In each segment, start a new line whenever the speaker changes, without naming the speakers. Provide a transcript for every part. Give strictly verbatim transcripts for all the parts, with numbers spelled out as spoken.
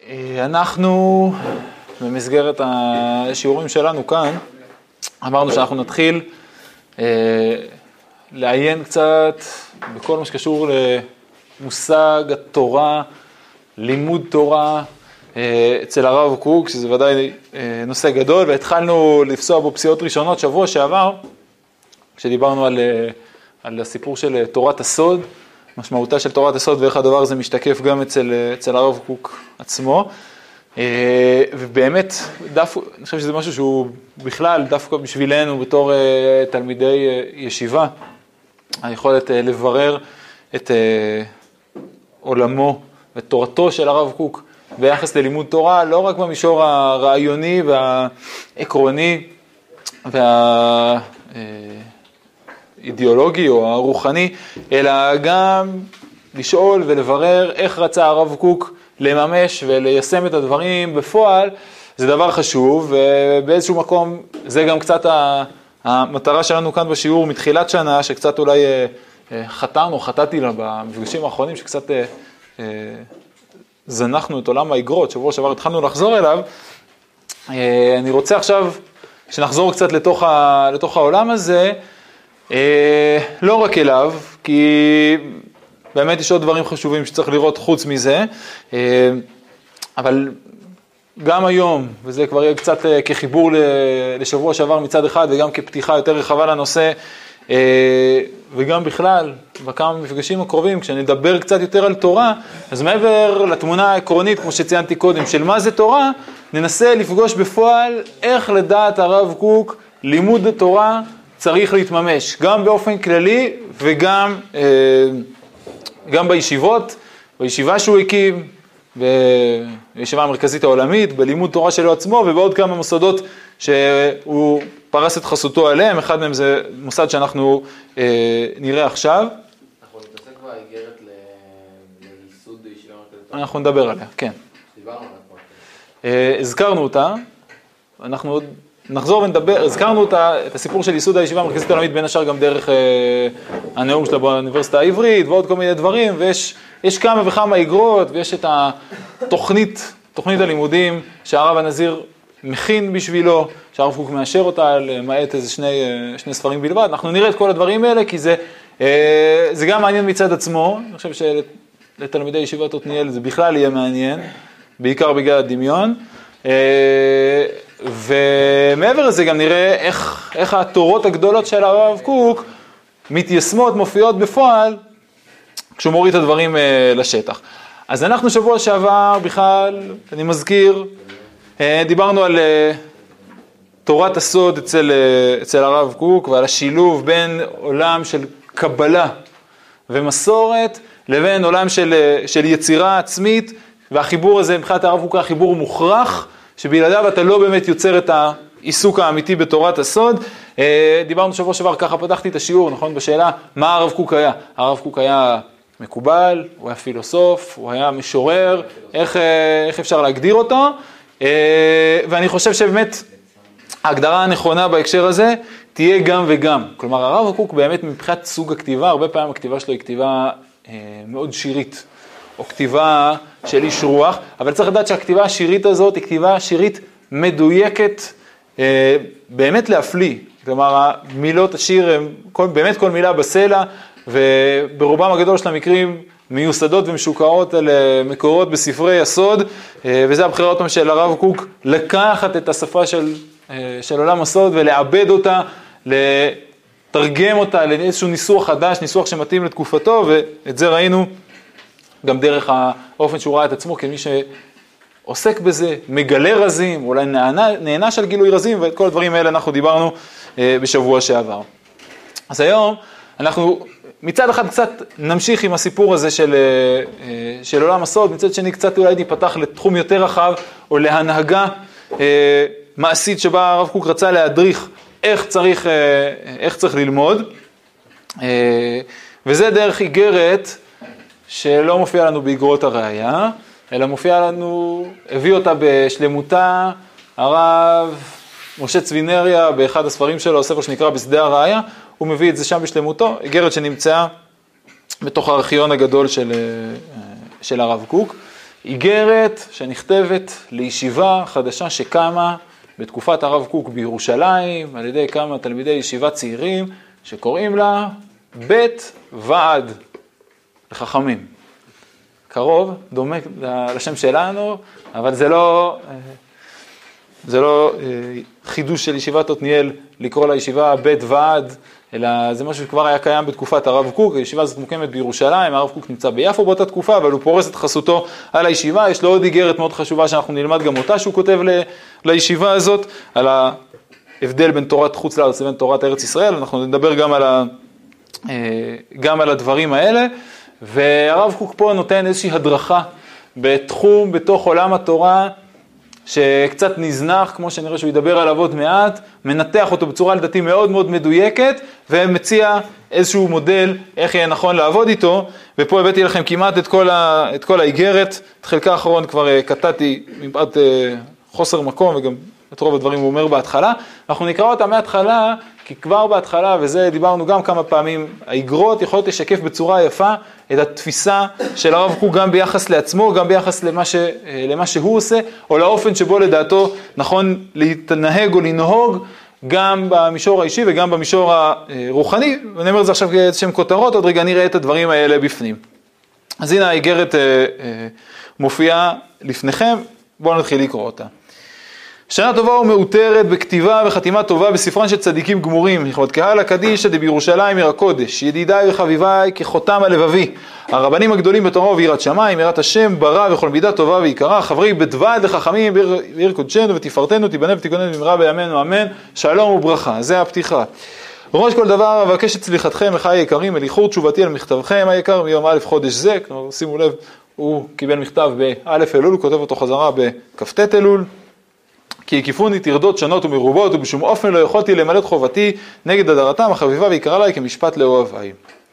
אנחנו, במסגרת השיעורים שלנו כאן, אמרנו שאנחנו נתחיל לעיין קצת בכל מה שקשור למושג התורה, לימוד תורה אצל הרב קוק, שזה ודאי נושא גדול, והתחלנו לפסוע בו פסיעות ראשונות שבוע שעבר, כשדיברנו על, על הסיפור של תורת הסוד, משמעותה של תורת הסוד ואיך הדבר הזה משתקף גם אצל, אצל הרב קוק עצמו. ובאמת, דף, אני חושב שזה משהו שהוא בכלל דווקא בשבילנו בתור תלמידי ישיבה, היכולת לברר את עולמו ואת תורתו של הרב קוק ביחס ללימוד תורה, לא רק במישור הרעיוני והעקרוני והאידיאולוגי או הרוחני, אלא גם לשאול ולברר איך רצה הרב קוק לממש וליישם את הדברים בפועל. זה דבר חשוב, ובאיזשהו מקום זה גם קצת המטרה שלנו כאן בשיעור מתחילת שנה, שקצת אולי חטאנו, חטאתי לה במפגשים האחרונים, שקצת זנחנו את עולם האגרות, שבוע שעבר התחלנו לחזור אליו. אני רוצה עכשיו שנחזור קצת לתוך, ה, לתוך העולם הזה, לא רק אליו, כי באמת יש עוד דברים חשובים שצריך לראות חוץ מזה, אבל גם היום, וזה כבר יהיה קצת כחיבור לשבוע שעבר מצד אחד, וגם כפתיחה יותר רחבה לנושא, וגם בכלל, בכמה מפגשים הקרובים, כשנדבר קצת יותר על תורה, אז מעבר לתמונה העקרונית, כמו שציינתי קודם, של מה זה תורה, ננסה לפגוש בפועל איך לדעת הרב קוק לימוד התורה צריך להתממש, גם באופן כללי וגם גם בישיבות, בישיבה שהוא הקים, בישיבה המרכזית העולמית, בלימוד תורה שלו עצמו, ובעוד כמה מוסדות שהוא פרס את חסותו עליהם. אחד מהם זה מוסד שאנחנו אה, נראה עכשיו.
אנחנו נתעסק באיגרת לייסוד ישיבה המרכזית.
אנחנו נדבר עליה, כן.
דיברנו עליה כבר.
אה, הזכרנו אותה, אנחנו עוד נחזור ונדבר, הזכרנו אותה, את הסיפור של ייסוד הישיבה המרכזית העולמית, בין השאר גם דרך אה, הנאום שלה באוניברסיטה העברית, ועוד כל מיני דברים, ויש יש כמה וכמה איגרות, ויש את התוכנית, תוכנית הלימודים שהרב הנזיר מכין בשבילו, שהרב קוק מאשר אותה, למעט איזה שני, שני ספרים בלבד. אנחנו נראה את כל הדברים האלה, כי זה, זה גם מעניין מצד עצמו. אני חושב שלתלמידי ישיבת עתניאל זה בכלל יהיה מעניין, בעיקר בגלל הדמיון. ומעבר לזה גם נראה איך, איך התורות הגדולות של הרב קוק מתיישמות, מופיעות בפועל, כשהוא מוריד את הדברים לשטח. אז אנחנו שבוע שעבר בכלל, אני מזכיר, דיברנו על תורת הסוד אצל, אצל הרב קוק, ועל השילוב בין עולם של קבלה ומסורת, לבין עולם של, של יצירה עצמית, והחיבור הזה מבחינת הרב קוק החיבור מוכרח, שבלעדיו אתה לא באמת יוצר את העיסוק האמיתי בתורת הסוד. דיברנו שבוע שעבר, ככה פתחתי את השיעור, נכון? בשאלה, מה הרב קוק היה? הרב קוק היה מקובל, הוא היה פילוסוף, הוא היה משורר, איך, איך אפשר להגדיר אותו? ואני חושב שבאמת ההגדרה הנכונה בהקשר הזה תהיה גם וגם. כלומר, הרב קוק באמת מבחינת סוג הכתיבה, הרבה פעמים הכתיבה שלו היא כתיבה מאוד שירית, או כתיבה של איש רוח, אבל צריך לדעת שהכתיבה השירית הזאת היא כתיבה שירית מדויקת, באמת להפליא. כלומר, מילות השיר הם באמת כל מילה בסלע, וברובם הגדול של המקרים מיוסדות ומשוקעות על מקורות בספרי יסוד, וזה הבחירה אותם של הרב קוק, לקחת את השפה של, של עולם הסוד ולעבד אותה, לתרגם אותה לאיזשהו ניסוח חדש, ניסוח שמתאים לתקופתו, ואת זה ראינו גם דרך האופן שהוא ראה את עצמו כמי שעוסק בזה, מגלה רזים, אולי נהנה, נהנה של גילוי רזים, ואת כל הדברים האלה אנחנו דיברנו בשבוע שעבר. אז היום אנחנו מצד אחד קצת נמשיך עם הסיפור הזה של, של עולם הסוד, מצד שני קצת אולי ניפתח לתחום יותר רחב, או להנהגה מעשית שבה הרב קוק רצה להדריך איך צריך, איך צריך ללמוד. וזה דרך איגרת שלא מופיע לנו באגרות הראייה, אלא מופיע לנו, הביא אותה בשלמותה הרב משה צבינריה באחד הספרים שלו, הספר שנקרא בשדה הראייה, הוא מביא את זה שם בשלמותו, איגרת שנמצאה בתוך הארכיון הגדול של, של הרב קוק. איגרת שנכתבת לישיבה חדשה שקמה בתקופת הרב קוק בירושלים, על ידי כמה תלמידי ישיבה צעירים, שקוראים לה בית ועד לחכמים. קרוב, דומה לשם שלנו, אבל זה לא, זה לא חידוש של ישיבת עתניאל לקרוא לישיבה בית ועד, אלא זה משהו שכבר היה קיים בתקופת הרב קוק. הישיבה הזאת מוקמת בירושלים, הרב קוק נמצא ביפו באותה תקופה, אבל הוא פורס את חסותו על הישיבה. יש לו עוד איגרת מאוד חשובה שאנחנו נלמד גם אותה, שהוא כותב ל, לישיבה הזאת, על ההבדל בין תורת חוץ לארץ לבין תורת ארץ ישראל. אנחנו נדבר גם על, ה, גם על הדברים האלה, והרב קוק פה נותן איזושהי הדרכה בתחום, בתוך עולם התורה, שקצת נזנח, כמו שנראה שהוא ידבר עליו עוד מעט, מנתח אותו בצורה לדעתי מאוד מאוד מדויקת, ומציע איזשהו מודל איך יהיה נכון לעבוד איתו, ופה הבאתי לכם כמעט את כל, ה, את כל האיגרת, את חלקה האחרון כבר קטעתי מפאת חוסר מקום, וגם את רוב הדברים הוא אומר בהתחלה. אנחנו נקרא אותה מההתחלה, כי כבר בהתחלה, וזה דיברנו גם כמה פעמים, האיגרות יכולות לשקף בצורה יפה את התפיסה של הרב קוק גם ביחס לעצמו, גם ביחס למה, ש, למה שהוא עושה, או לאופן שבו לדעתו נכון להתנהג או לנהוג, גם במישור האישי וגם במישור הרוחני. ואני אומר את זה עכשיו כאיזשהם כותרות, עוד רגע נראה את הדברים האלה בפנים. אז הנה האיגרת מופיעה לפניכם, בואו נתחיל לקרוא אותה. שנה טובה ומאותרת בכתיבה וחתימה טובה בספרן של צדיקים גמורים, לכבוד קהל הקדישא דבירושלים עיר הקודש, ידידיי וחביביי כחותם הלבבי, הרבנים הגדולים בתורה וביראת שמיים, יראת השם ברא וכל מידה טובה ויקרה, חברי בית ועד לחכמים בעיר קודשנו ותפארתנו תיבנה ותיכונן במהרה בימינו אמן, שלום וברכה. זה הפתיחה. ראש כל דבר אבקש את סליחתכם אחיי היקרים, אל איחור תשובתי על מכתבכם היקר מיום א' חודש זה. שימו לב, הוא קיבל מכתב באלף אלול, הוא כותב אותו חזרה בכ"ט אלול. כי הקיפוני תרדות שונות ומרובות, ובשום אופן לא יכולתי למלא את חובתי נגד הדרתם החביבה ויקרא לי כמשפט לאוהביי.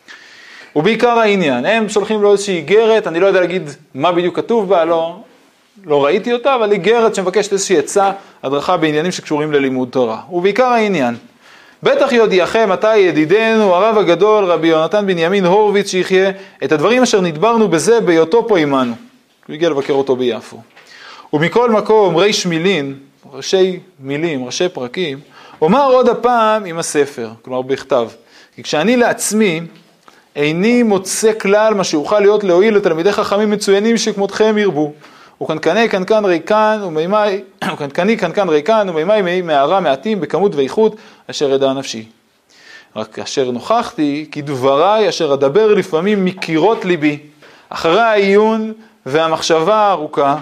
ובעיקר העניין, הם שולחים לו איזושהי איגרת, אני לא יודע להגיד מה בדיוק כתוב בה, לא, לא ראיתי אותה, אבל איגרת שמבקשת איזושהי עצה, הדרכה בעניינים שקשורים ללימוד תורה. ובעיקר העניין, בטח יודיעכם מתי ידידנו הרב הגדול רבי יונתן בנימין הורוביץ שיחיה, את הדברים אשר נדברנו בזה בהיותו פה עמנו. הוא הגיע לבקר אותו ביפו. ומכל מקום ריש מילין, ראשי מילים, ראשי פרקים, אומר עוד הפעם עם הספר, כלומר בכתב. כי כשאני לעצמי, איני מוצא כלל מה שאוכל להיות להועיל לתלמידי חכמים מצוינים שכמותכם ירבו. וקנקני קנקן ריקן ומימי, וקנקני קנקן ריקן ומימי מי מערה מעטים בכמות ואיכות אשר ידע נפשי. רק אשר נוכחתי, כי דבריי אשר אדבר לפעמים מקירות ליבי, אחרי העיון והמחשבה הארוכה,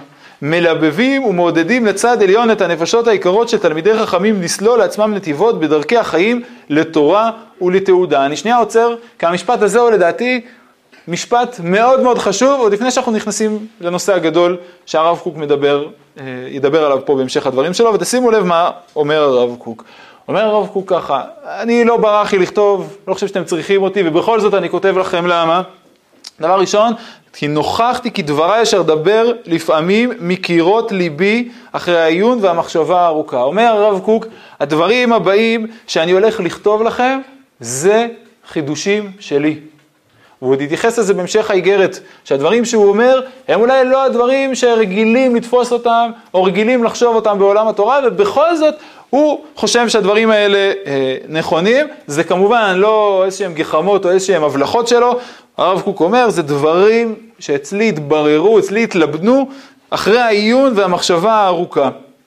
מלבבים ומעודדים לצד עליון את הנפשות העיקרות של תלמידי חכמים לסלול לעצמם נתיבות בדרכי החיים לתורה ולתעודה. אני שנייה עוצר, כי המשפט הזה הוא לדעתי משפט מאוד מאוד חשוב, עוד לפני שאנחנו נכנסים לנושא הגדול שהרב קוק מדבר, ידבר עליו פה בהמשך הדברים שלו, ותשימו לב מה אומר הרב קוק. אומר הרב קוק ככה, אני לא ברח לי לכתוב, לא חושב שאתם צריכים אותי, ובכל זאת אני כותב לכם למה. דבר ראשון, כי נוכחתי כי דבריי אשר דבר לפעמים מקירות ליבי אחרי העיון והמחשבה הארוכה. אומר הרב קוק, הדברים הבאים שאני הולך לכתוב לכם, זה חידושים שלי. והוא תתייחס לזה בהמשך האיגרת, שהדברים שהוא אומר, הם אולי לא הדברים שרגילים לתפוס אותם, או רגילים לחשוב אותם בעולם התורה, ובכל זאת הוא חושב שהדברים האלה אה, נכונים. זה כמובן לא איזשהם גחמות או איזשהם הבלחות שלו, הרב קוק אומר, זה דברים שאצלי התבררו, אצלי התלבנו, אחרי העיון והמחשבה הארוכה.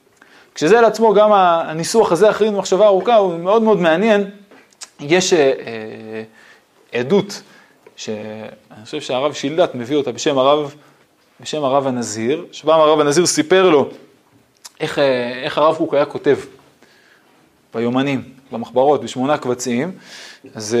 כשזה לעצמו גם הניסוח הזה, אחרי מחשבה ארוכה, הוא מאוד מאוד מעניין. יש אה, אה, עדות, שאני חושב שהרב שילדת מביא אותה בשם הרב, בשם הרב הנזיר, שבא הרב הנזיר סיפר לו איך, איך הרב קוק היה כותב ביומנים, במחברות, בשמונה קבצים. אז,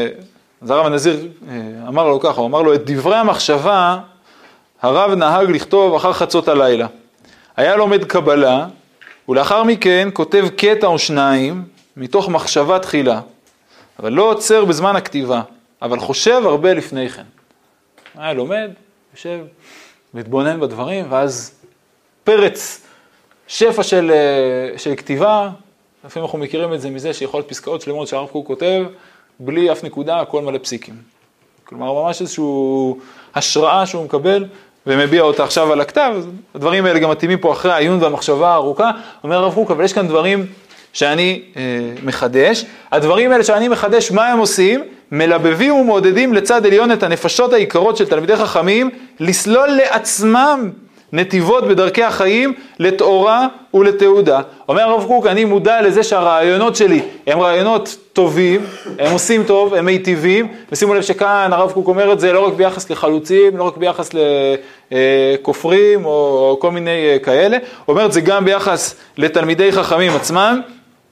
אז הרב הנזיר אמר לו ככה, הוא אמר לו, את דברי המחשבה הרב נהג לכתוב אחר חצות הלילה. היה לומד קבלה, ולאחר מכן כותב קטע או שניים מתוך מחשבה תחילה, אבל לא עוצר בזמן הכתיבה. אבל חושב הרבה לפני כן. היה לומד, יושב, מתבונן בדברים, ואז פרץ, שפע של, של כתיבה, לפעמים אנחנו מכירים את זה מזה שיכול להיות פסקאות שלמות שהרב קוק כותב, בלי אף נקודה, הכל מלא פסיקים. כלומר, ממש איזושהי השראה שהוא מקבל ומביע אותה עכשיו על הכתב, הדברים האלה גם מתאימים פה אחרי העיון והמחשבה הארוכה, אומר הרב קוק, אבל יש כאן דברים שאני אה, מחדש. הדברים האלה שאני מחדש, מה הם עושים? מלבבים ומעודדים לצד עליון את הנפשות העיקרות של תלמידי חכמים, לסלול לעצמם נתיבות בדרכי החיים, לתאורה ולתעודה. אומר הרב קוק, אני מודע לזה שהרעיונות שלי הם רעיונות טובים, הם עושים טוב, הם מיטיבים, ושימו לב שכאן הרב קוק אומר את זה לא רק ביחס לחלוצים, לא רק ביחס לכופרים או כל מיני כאלה, הוא אומר את זה גם ביחס לתלמידי חכמים עצמם,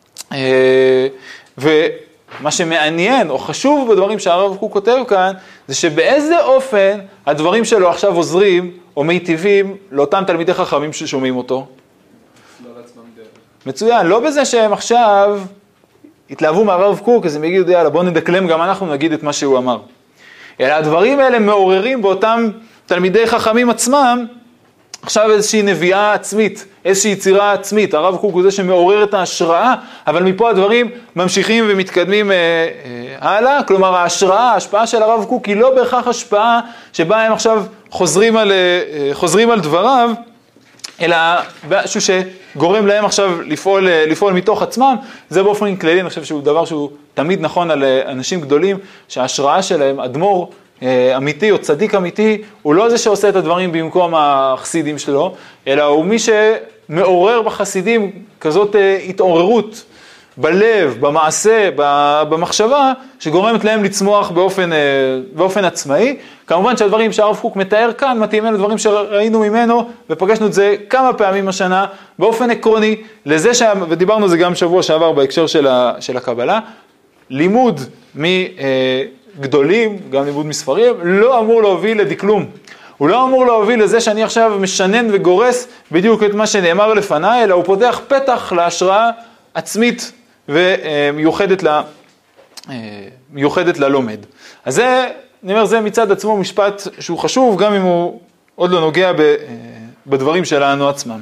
ומה שמעניין או חשוב בדברים שהרב קוק כותב כאן, זה שבאיזה אופן הדברים שלו עכשיו עוזרים או מיטיבים לאותם תלמידי חכמים ששומעים אותו. מצוין, לא בזה שהם עכשיו התלהבו מהרב קוק, אז הם יגידו, יאללה, בואו נדקלם גם אנחנו נגיד את מה שהוא אמר. אלא הדברים האלה מעוררים באותם תלמידי חכמים עצמם, עכשיו איזושהי נביאה עצמית, איזושהי יצירה עצמית. הרב קוק הוא זה שמעורר את ההשראה, אבל מפה הדברים ממשיכים ומתקדמים אה, אה, הלאה. כלומר, ההשראה, ההשפעה של הרב קוק היא לא בהכרח השפעה שבה הם עכשיו חוזרים על, אה, חוזרים על דבריו, אלא משהו שגורם להם עכשיו לפעול, לפעול מתוך עצמם. זה באופן כללי, אני חושב שהוא דבר שהוא תמיד נכון על אנשים גדולים, שההשראה שלהם, אדמו"ר אמיתי או צדיק אמיתי, הוא לא זה שעושה את הדברים במקום החסידים שלו, אלא הוא מי שמעורר בחסידים כזאת התעוררות בלב, במעשה, במחשבה, שגורמת להם לצמוח באופן, באופן עצמאי. כמובן שהדברים שהרב קוק מתאר כאן, מתאימים לדברים שראינו ממנו, ופגשנו את זה כמה פעמים השנה, באופן עקרוני, לזה ש... ודיברנו על זה גם שבוע שעבר בהקשר של, ה... של הקבלה, לימוד מגדולים, גם לימוד מספרים, לא אמור להוביל לדקלום. הוא לא אמור להוביל לזה שאני עכשיו משנן וגורס בדיוק את מה שנאמר לפניי, אלא הוא פותח פתח להשראה עצמית ומיוחדת ל... מיוחדת ללומד. אז זה, אני אומר, זה מצד עצמו משפט שהוא חשוב, גם אם הוא עוד לא נוגע בדברים שלנו עצמם.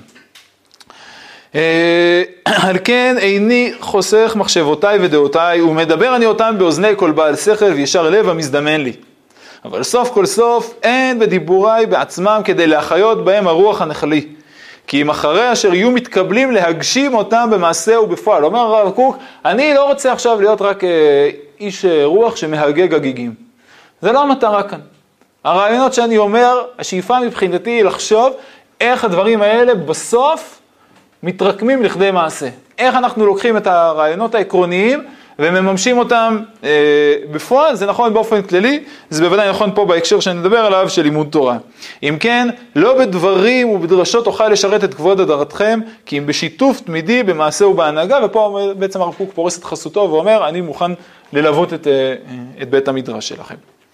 על כן איני חוסך מחשבותיי ודעותיי, ומדבר אני אותם באוזני כל בעל שכל וישר לב המזדמן לי. אבל סוף כל סוף אין בדיבוריי בעצמם כדי להחיות בהם הרוח הנחלי. כי אם אחרי אשר יהיו מתקבלים להגשים אותם במעשה ובפועל. אומר הרב קוק, אני לא רוצה עכשיו להיות רק איש רוח שמהגג הגיגים. זה לא המטרה כאן. הרעיונות שאני אומר, השאיפה מבחינתי היא לחשוב איך הדברים האלה בסוף מתרקמים לכדי מעשה. איך אנחנו לוקחים את הרעיונות העקרוניים ומממשים אותם אה, בפועל. זה נכון באופן כללי, זה בוודאי נכון פה בהקשר שאני מדבר עליו של לימוד תורה. אם כן, לא בדברים ובדרשות אוכל לשרת את כבוד הדרתכם, כי אם בשיתוף תמידי במעשה ובהנהגה, ופה בעצם הרב קוק פורס את חסותו ואומר, אני מוכן ללוות את, אה, את בית המדרש שלכם.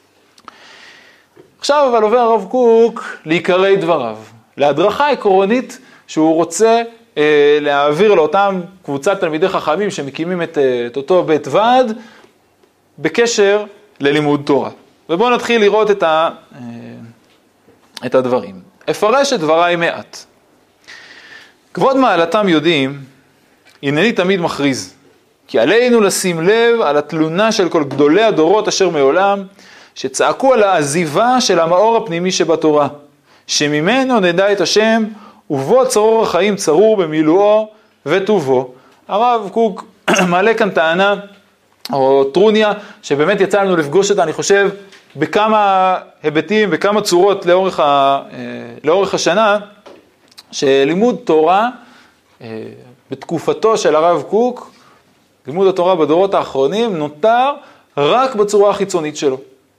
עכשיו אבל עובר הרב קוק לעיקרי דבריו, להדרכה עקרונית שהוא רוצה אה, להעביר לאותם קבוצת תלמידי חכמים שמקימים את, את אותו בית ועד בקשר ללימוד תורה. ובואו נתחיל לראות את, ה, אה, את הדברים. אפרש את דבריי מעט. כבוד מעלתם יודעים, הנני תמיד מכריז, כי עלינו לשים לב על התלונה של כל גדולי הדורות אשר מעולם, שצעקו על העזיבה של המאור הפנימי שבתורה, שממנו נדע את השם, ובו צרור החיים צרור במילואו וטובו. הרב קוק מעלה כאן טענה, או טרוניה, שבאמת יצא לנו לפגוש אותה, אני חושב, בכמה היבטים, בכמה צורות לאורך, ה, לאורך השנה, שלימוד תורה, בתקופתו של הרב קוק, לימוד התורה בדורות האחרונים, נותר רק בצורה החיצונית שלו.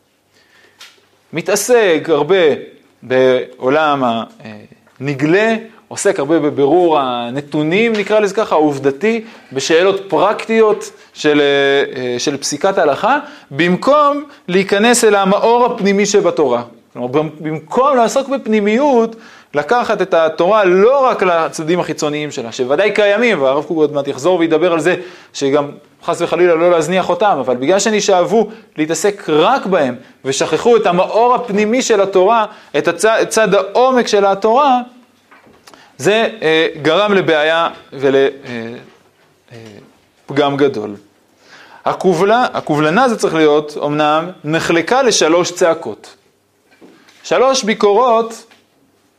מתעסק הרבה בעולם הנגלה, עוסק הרבה בבירור הנתונים, נקרא לזה ככה, העובדתי, בשאלות פרקטיות של, של פסיקת ההלכה, במקום להיכנס אל המאור הפנימי שבתורה. כלומר, במקום לעסוק בפנימיות, לקחת את התורה לא רק לצדדים החיצוניים שלה, שוודאי קיימים, והרב קוק עוד מעט יחזור וידבר על זה, שגם חס וחלילה לא להזניח אותם, אבל בגלל שנשאבו להתעסק רק בהם, ושכחו את המאור הפנימי של התורה, את הצד, את צד העומק של התורה, זה אה, גרם לבעיה ולפגם אה, גדול. הקובלה, הקובלנה זה צריך להיות, אמנם, נחלקה לשלוש צעקות. שלוש ביקורות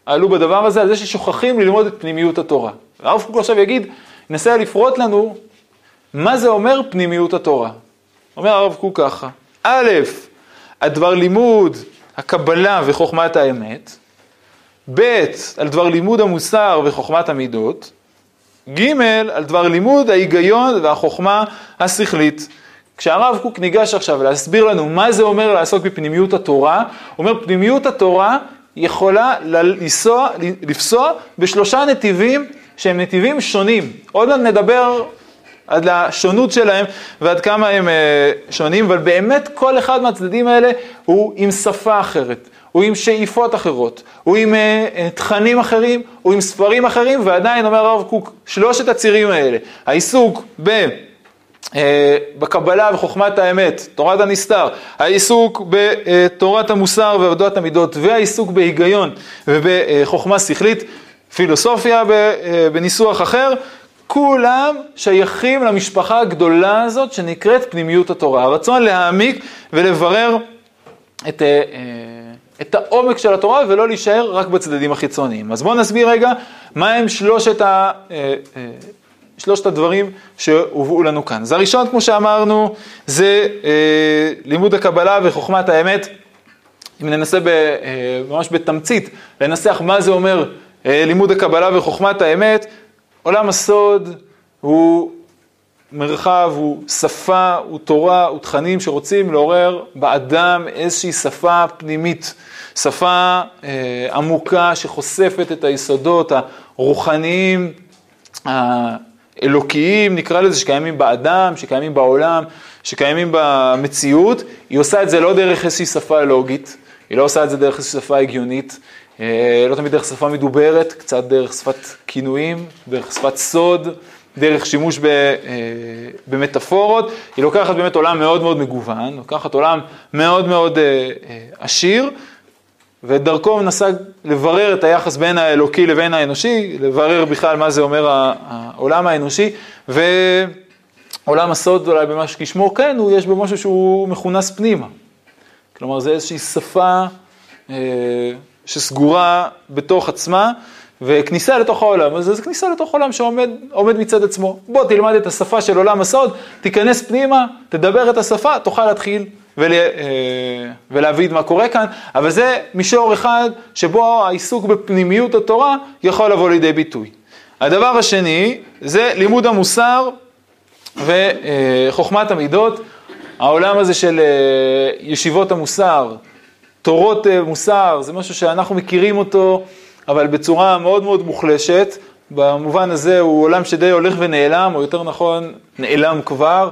עלו בדבר הזה, על זה ששוכחים ללמוד את פנימיות התורה. הרב קוק עכשיו יגיד, ננסה לפרוט לנו מה זה אומר פנימיות התורה. אומר הרב קוק ככה, א', הדבר לימוד הקבלה וחוכמת האמת, ב', על דבר לימוד המוסר וחוכמת המידות, ג', על דבר לימוד ההיגיון והחוכמה השכלית. כשהרב קוק ניגש עכשיו להסביר לנו מה זה אומר לעסוק בפנימיות התורה, הוא אומר פנימיות התורה יכולה לנסוע, לפסוע בשלושה נתיבים שהם נתיבים שונים. עוד מעט נדבר עד לשונות שלהם ועד כמה הם שונים, אבל באמת כל אחד מהצדדים האלה הוא עם שפה אחרת, הוא עם שאיפות אחרות, הוא עם תכנים אחרים, הוא עם ספרים אחרים, ועדיין אומר הרב קוק, שלושת הצירים האלה, העיסוק ב... בקבלה וחוכמת האמת, תורת הנסתר, העיסוק בתורת המוסר ועבודת המידות, והעיסוק בהיגיון ובחוכמה שכלית, פילוסופיה בניסוח אחר, כולם שייכים למשפחה הגדולה הזאת שנקראת פנימיות התורה. הרצון להעמיק ולברר את, את העומק של התורה ולא להישאר רק בצדדים החיצוניים. אז בואו נסביר רגע מה הם שלושת ה... שלושת הדברים שהובאו לנו כאן. אז הראשון, כמו שאמרנו, זה אה, לימוד הקבלה וחוכמת האמת. אם ננסה ב, אה, ממש בתמצית, לנסח מה זה אומר אה, לימוד הקבלה וחוכמת האמת, עולם הסוד הוא מרחב, הוא שפה, הוא תורה, הוא תכנים שרוצים לעורר באדם איזושהי שפה פנימית, שפה אה, עמוקה שחושפת את היסודות הרוחניים, אלוקיים, נקרא לזה, שקיימים באדם, שקיימים בעולם, שקיימים במציאות. היא עושה את זה לא דרך איזושהי שפה לוגית, היא לא עושה את זה דרך איזושהי שפה הגיונית, לא תמיד דרך שפה מדוברת, קצת דרך שפת כינויים, דרך שפת סוד, דרך שימוש במטאפורות. היא לוקחת באמת עולם מאוד מאוד מגוון, לוקחת עולם מאוד מאוד עשיר, ודרכו מנסה לברר את היחס בין האלוקי לבין האנושי, לברר בכלל מה זה אומר העולם האנושי, ועולם הסוד אולי במה שכשמו כן, הוא יש במשהו שהוא מכונס פנימה. כלומר, זה איזושהי שפה אה, שסגורה בתוך עצמה, וכניסה לתוך העולם. אז זה כניסה לתוך עולם שעומד עומד מצד עצמו. בוא תלמד את השפה של עולם הסוד, תיכנס פנימה, תדבר את השפה, תוכל להתחיל ולה, ולהבין מה קורה כאן, אבל זה מישור אחד שבו העיסוק בפנימיות התורה יכול לבוא לידי ביטוי. הדבר השני זה לימוד המוסר וחוכמת המידות. העולם הזה של ישיבות המוסר, תורות מוסר, זה משהו שאנחנו מכירים אותו, אבל בצורה מאוד מאוד מוחלשת. במובן הזה הוא עולם שדי הולך ונעלם, או יותר נכון נעלם כבר.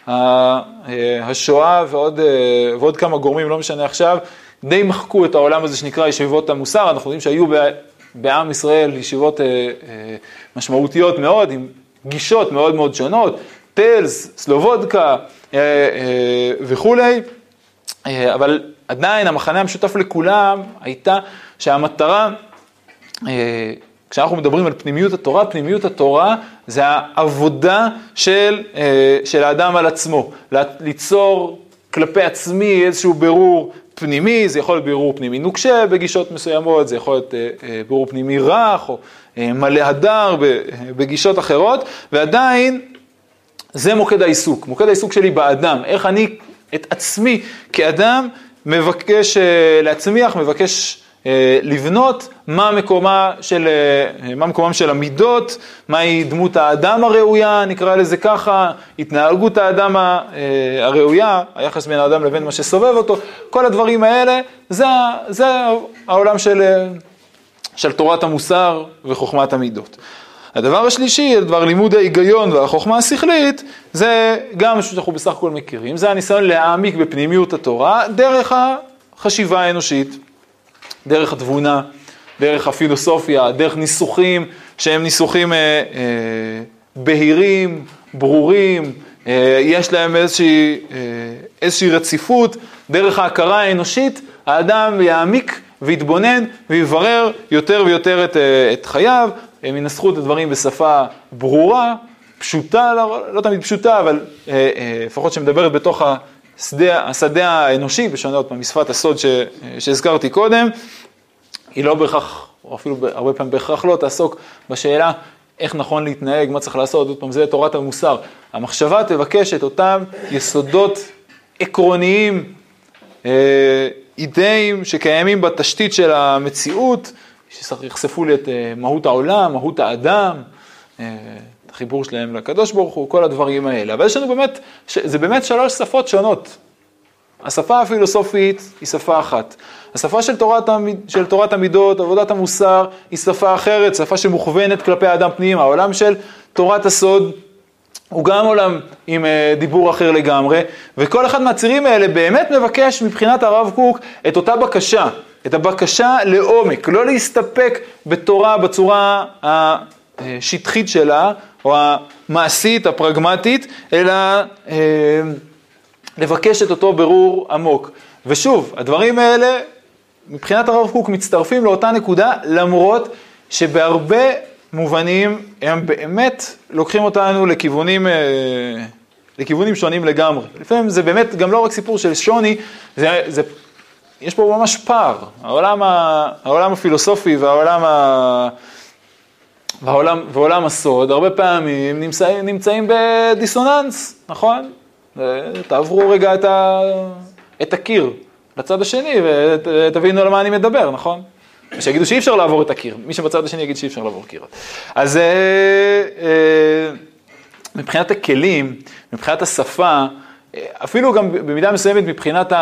השואה ועוד, ועוד כמה גורמים, לא משנה עכשיו, די מחקו את העולם הזה שנקרא ישיבות המוסר. אנחנו יודעים שהיו בעם ישראל ישיבות משמעותיות מאוד, עם גישות מאוד מאוד שונות, טלס, סלובודקה וכולי, אבל עדיין המחנה המשותף לכולם הייתה שהמטרה, כשאנחנו מדברים על פנימיות התורה, פנימיות התורה זה העבודה של, של האדם על עצמו, ליצור כלפי עצמי איזשהו בירור פנימי. זה יכול להיות בירור פנימי נוקשה בגישות מסוימות, זה יכול להיות בירור פנימי רך או מלא הדר בגישות אחרות, ועדיין זה מוקד העיסוק, מוקד העיסוק שלי באדם, איך אני את עצמי כאדם מבקש להצמיח, מבקש לבנות, מה מקומה של, מה מקומם של המידות, מהי דמות האדם הראויה, נקרא לזה ככה, התנהגות האדם הראויה, היחס בין האדם לבין מה שסובב אותו, כל הדברים האלה, זה, זה העולם של, של תורת המוסר וחוכמת המידות. הדבר השלישי, דבר לימוד ההיגיון והחוכמה השכלית, זה גם משהו שאנחנו בסך הכל מכירים, זה הניסיון להעמיק בפנימיות התורה, דרך החשיבה האנושית, דרך התבונה, דרך הפילוסופיה, דרך ניסוחים שהם ניסוחים אה, אה, בהירים, ברורים, אה, יש להם איזושהי, אה, איזושהי רציפות, דרך ההכרה האנושית, האדם יעמיק ויתבונן ויברר יותר ויותר את, אה, את חייו, הם ינסחו את הדברים בשפה ברורה, פשוטה, לא, לא תמיד פשוטה, אבל אה, אה, לפחות שמדברת בתוך ה... השדה, השדה האנושי, בשונות משפת הסוד ש, שהזכרתי קודם, היא לא בהכרח או אפילו הרבה פעמים בהכרח לא, תעסוק בשאלה איך נכון להתנהג, מה צריך לעשות, עוד פעם זה תורת המוסר. המחשבה תבקש את אותם יסודות עקרוניים, אידאים שקיימים בתשתית של המציאות, שיחשפו לי את מהות העולם, מהות האדם, את החיבור שלהם לקדוש ברוך הוא, כל הדברים האלה. אבל יש לנו באמת, זה באמת שלוש שפות שונות. השפה הפילוסופית היא שפה אחת. השפה של תורת, של תורת המידות, עבודת המוסר, היא שפה אחרת, שפה שמוכוונת כלפי האדם פנימה. העולם של תורת הסוד הוא גם עולם עם דיבור אחר לגמרי, וכל אחד מהצירים האלה באמת מבקש מבחינת הרב קוק את אותה בקשה, את הבקשה לעומק, לא להסתפק בתורה בצורה השטחית שלה, או המעשית, הפרגמטית, אלא לבקש את אותו ברור עמוק. ושוב, הדברים האלה, מבחינת הרב קוק, מצטרפים לאותה נקודה, למרות שבהרבה מובנים הם באמת לוקחים אותנו לכיוונים, לכיוונים שונים לגמרי. לפעמים זה באמת גם לא רק סיפור של שוני, זה, זה, יש פה ממש פער. העולם, ה, העולם הפילוסופי והעולם, ה, והעולם, והעולם הסוד, הרבה פעמים נמצאים, נמצאים בדיסוננס, נכון? תעברו רגע את, ה, את הקיר לצד השני ותבינו על מה אני מדבר, נכון? שיגידו שאי אפשר לעבור את הקיר, מי שבצד השני יגיד שאי אפשר לעבור קיר. אז אה, אה, מבחינת הכלים, מבחינת השפה, אפילו גם במידה מסוימת מבחינת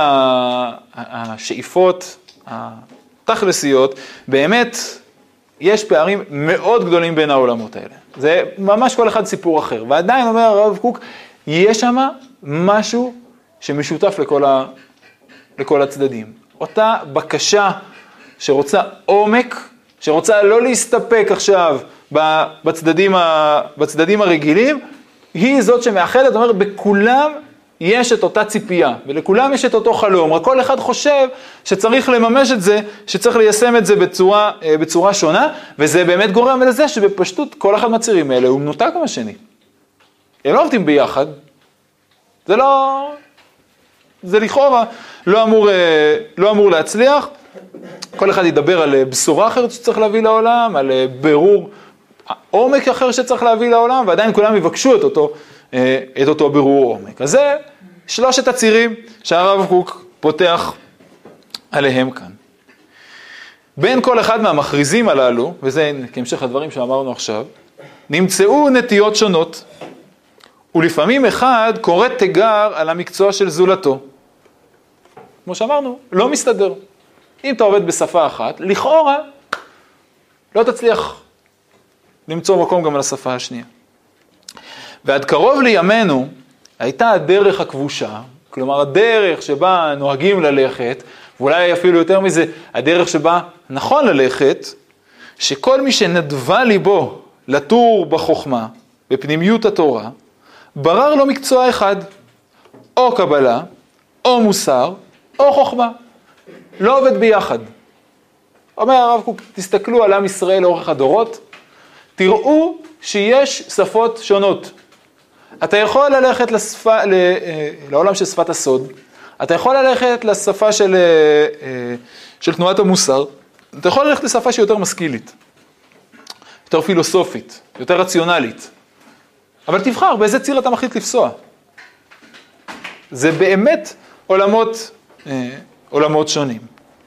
השאיפות התכלסיות, באמת יש פערים מאוד גדולים בין העולמות האלה. זה ממש כל אחד סיפור אחר. ועדיין אומר הרב קוק, יש שם משהו שמשותף לכל, ה, לכל הצדדים. אותה בקשה שרוצה עומק, שרוצה לא להסתפק עכשיו בצדדים, ה, בצדדים הרגילים, היא זאת שמאחדת, זאת אומרת, בכולם יש את אותה ציפייה, ולכולם יש את אותו חלום, רק כל אחד חושב שצריך לממש את זה, שצריך ליישם את זה בצורה, בצורה שונה, וזה באמת גורם לזה שבפשטות כל אחד מהצירים האלה הוא מנותק מהשני. הם לא עובדים ביחד, זה לא, זה לכאורה לא אמור, לא אמור להצליח, כל אחד ידבר על בשורה אחרת שצריך להביא לעולם, על ברור עומק אחר שצריך להביא לעולם, ועדיין כולם יבקשו את אותו, את אותו ברור עומק. אז זה שלושת הצירים שהרב קוק פותח עליהם כאן. בין כל אחד מהמכריזים הללו, וזה כהמשך הדברים שאמרנו עכשיו, נמצאו נטיות שונות, ולפעמים אחד קורא תיגר על המקצוע של זולתו. כמו שאמרנו, לא מסתדר. אם אתה עובד בשפה אחת, לכאורה לא תצליח למצוא מקום גם על השפה השנייה. ועד קרוב לימינו הייתה הדרך הכבושה, כלומר הדרך שבה נוהגים ללכת, ואולי אפילו יותר מזה, הדרך שבה נכון ללכת, שכל מי שנדבה ליבו לטור בחוכמה, בפנימיות התורה, ברר לו מקצוע אחד, או קבלה, או מוסר, או חוכמה. לא עובד ביחד. אומר הרב קוק, תסתכלו על עם ישראל לאורך הדורות, תראו שיש שפות שונות. אתה יכול ללכת לשפה, לעולם של שפת הסוד, אתה יכול ללכת לשפה של, של תנועת המוסר, אתה יכול ללכת לשפה שהיא יותר משכילית, יותר פילוסופית, יותר רציונלית. אבל תבחר באיזה ציר אתה מחליט לפסוע. זה באמת עולמות, עולמות שונים.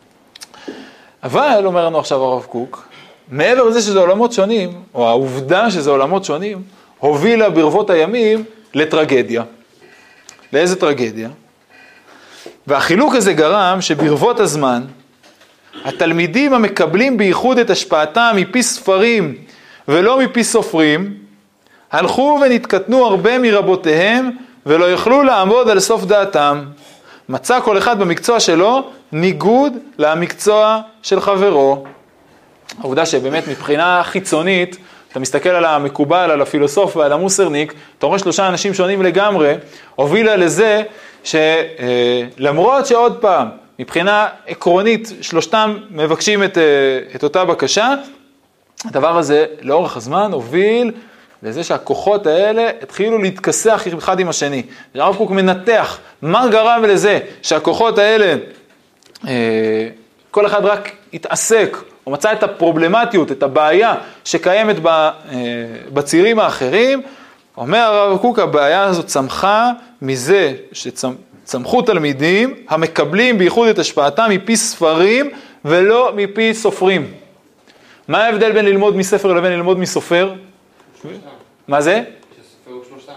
אבל, אומר לנו עכשיו הרב קוק, מעבר לזה שזה עולמות שונים, או העובדה שזה עולמות שונים, הובילה ברבות הימים לטרגדיה. לאיזה טרגדיה? והחילוק הזה גרם שברבות הזמן, התלמידים המקבלים בייחוד את השפעתם מפי ספרים ולא מפי סופרים, הלכו ונתקטנו הרבה מרבותיהם ולא יכלו לעמוד על סוף דעתם. מצא כל אחד במקצוע שלו ניגוד למקצוע של חברו. העובדה שבאמת מבחינה חיצונית, אתה מסתכל על המקובל, על הפילוסוף ועל המוסרניק, אתה רואה שלושה אנשים שונים לגמרי, הובילה לזה שלמרות שעוד פעם, מבחינה עקרונית, שלושתם מבקשים את, את אותה בקשה, הדבר הזה לאורך הזמן הוביל לזה שהכוחות האלה התחילו להתכסח אחד עם השני. הרב קוק מנתח מה גרם לזה שהכוחות האלה, כל אחד רק התעסק הוא מצא את הפרובלמטיות, את הבעיה שקיימת בצירים האחרים, אומר הרב קוק, הבעיה הזאת צמחה מזה שצמחו תלמידים המקבלים בייחוד את השפעתם מפי ספרים ולא מפי סופרים. מה ההבדל בין ללמוד מספר לבין ללמוד מסופר? מה זה?
שסופר הוא שלושתם.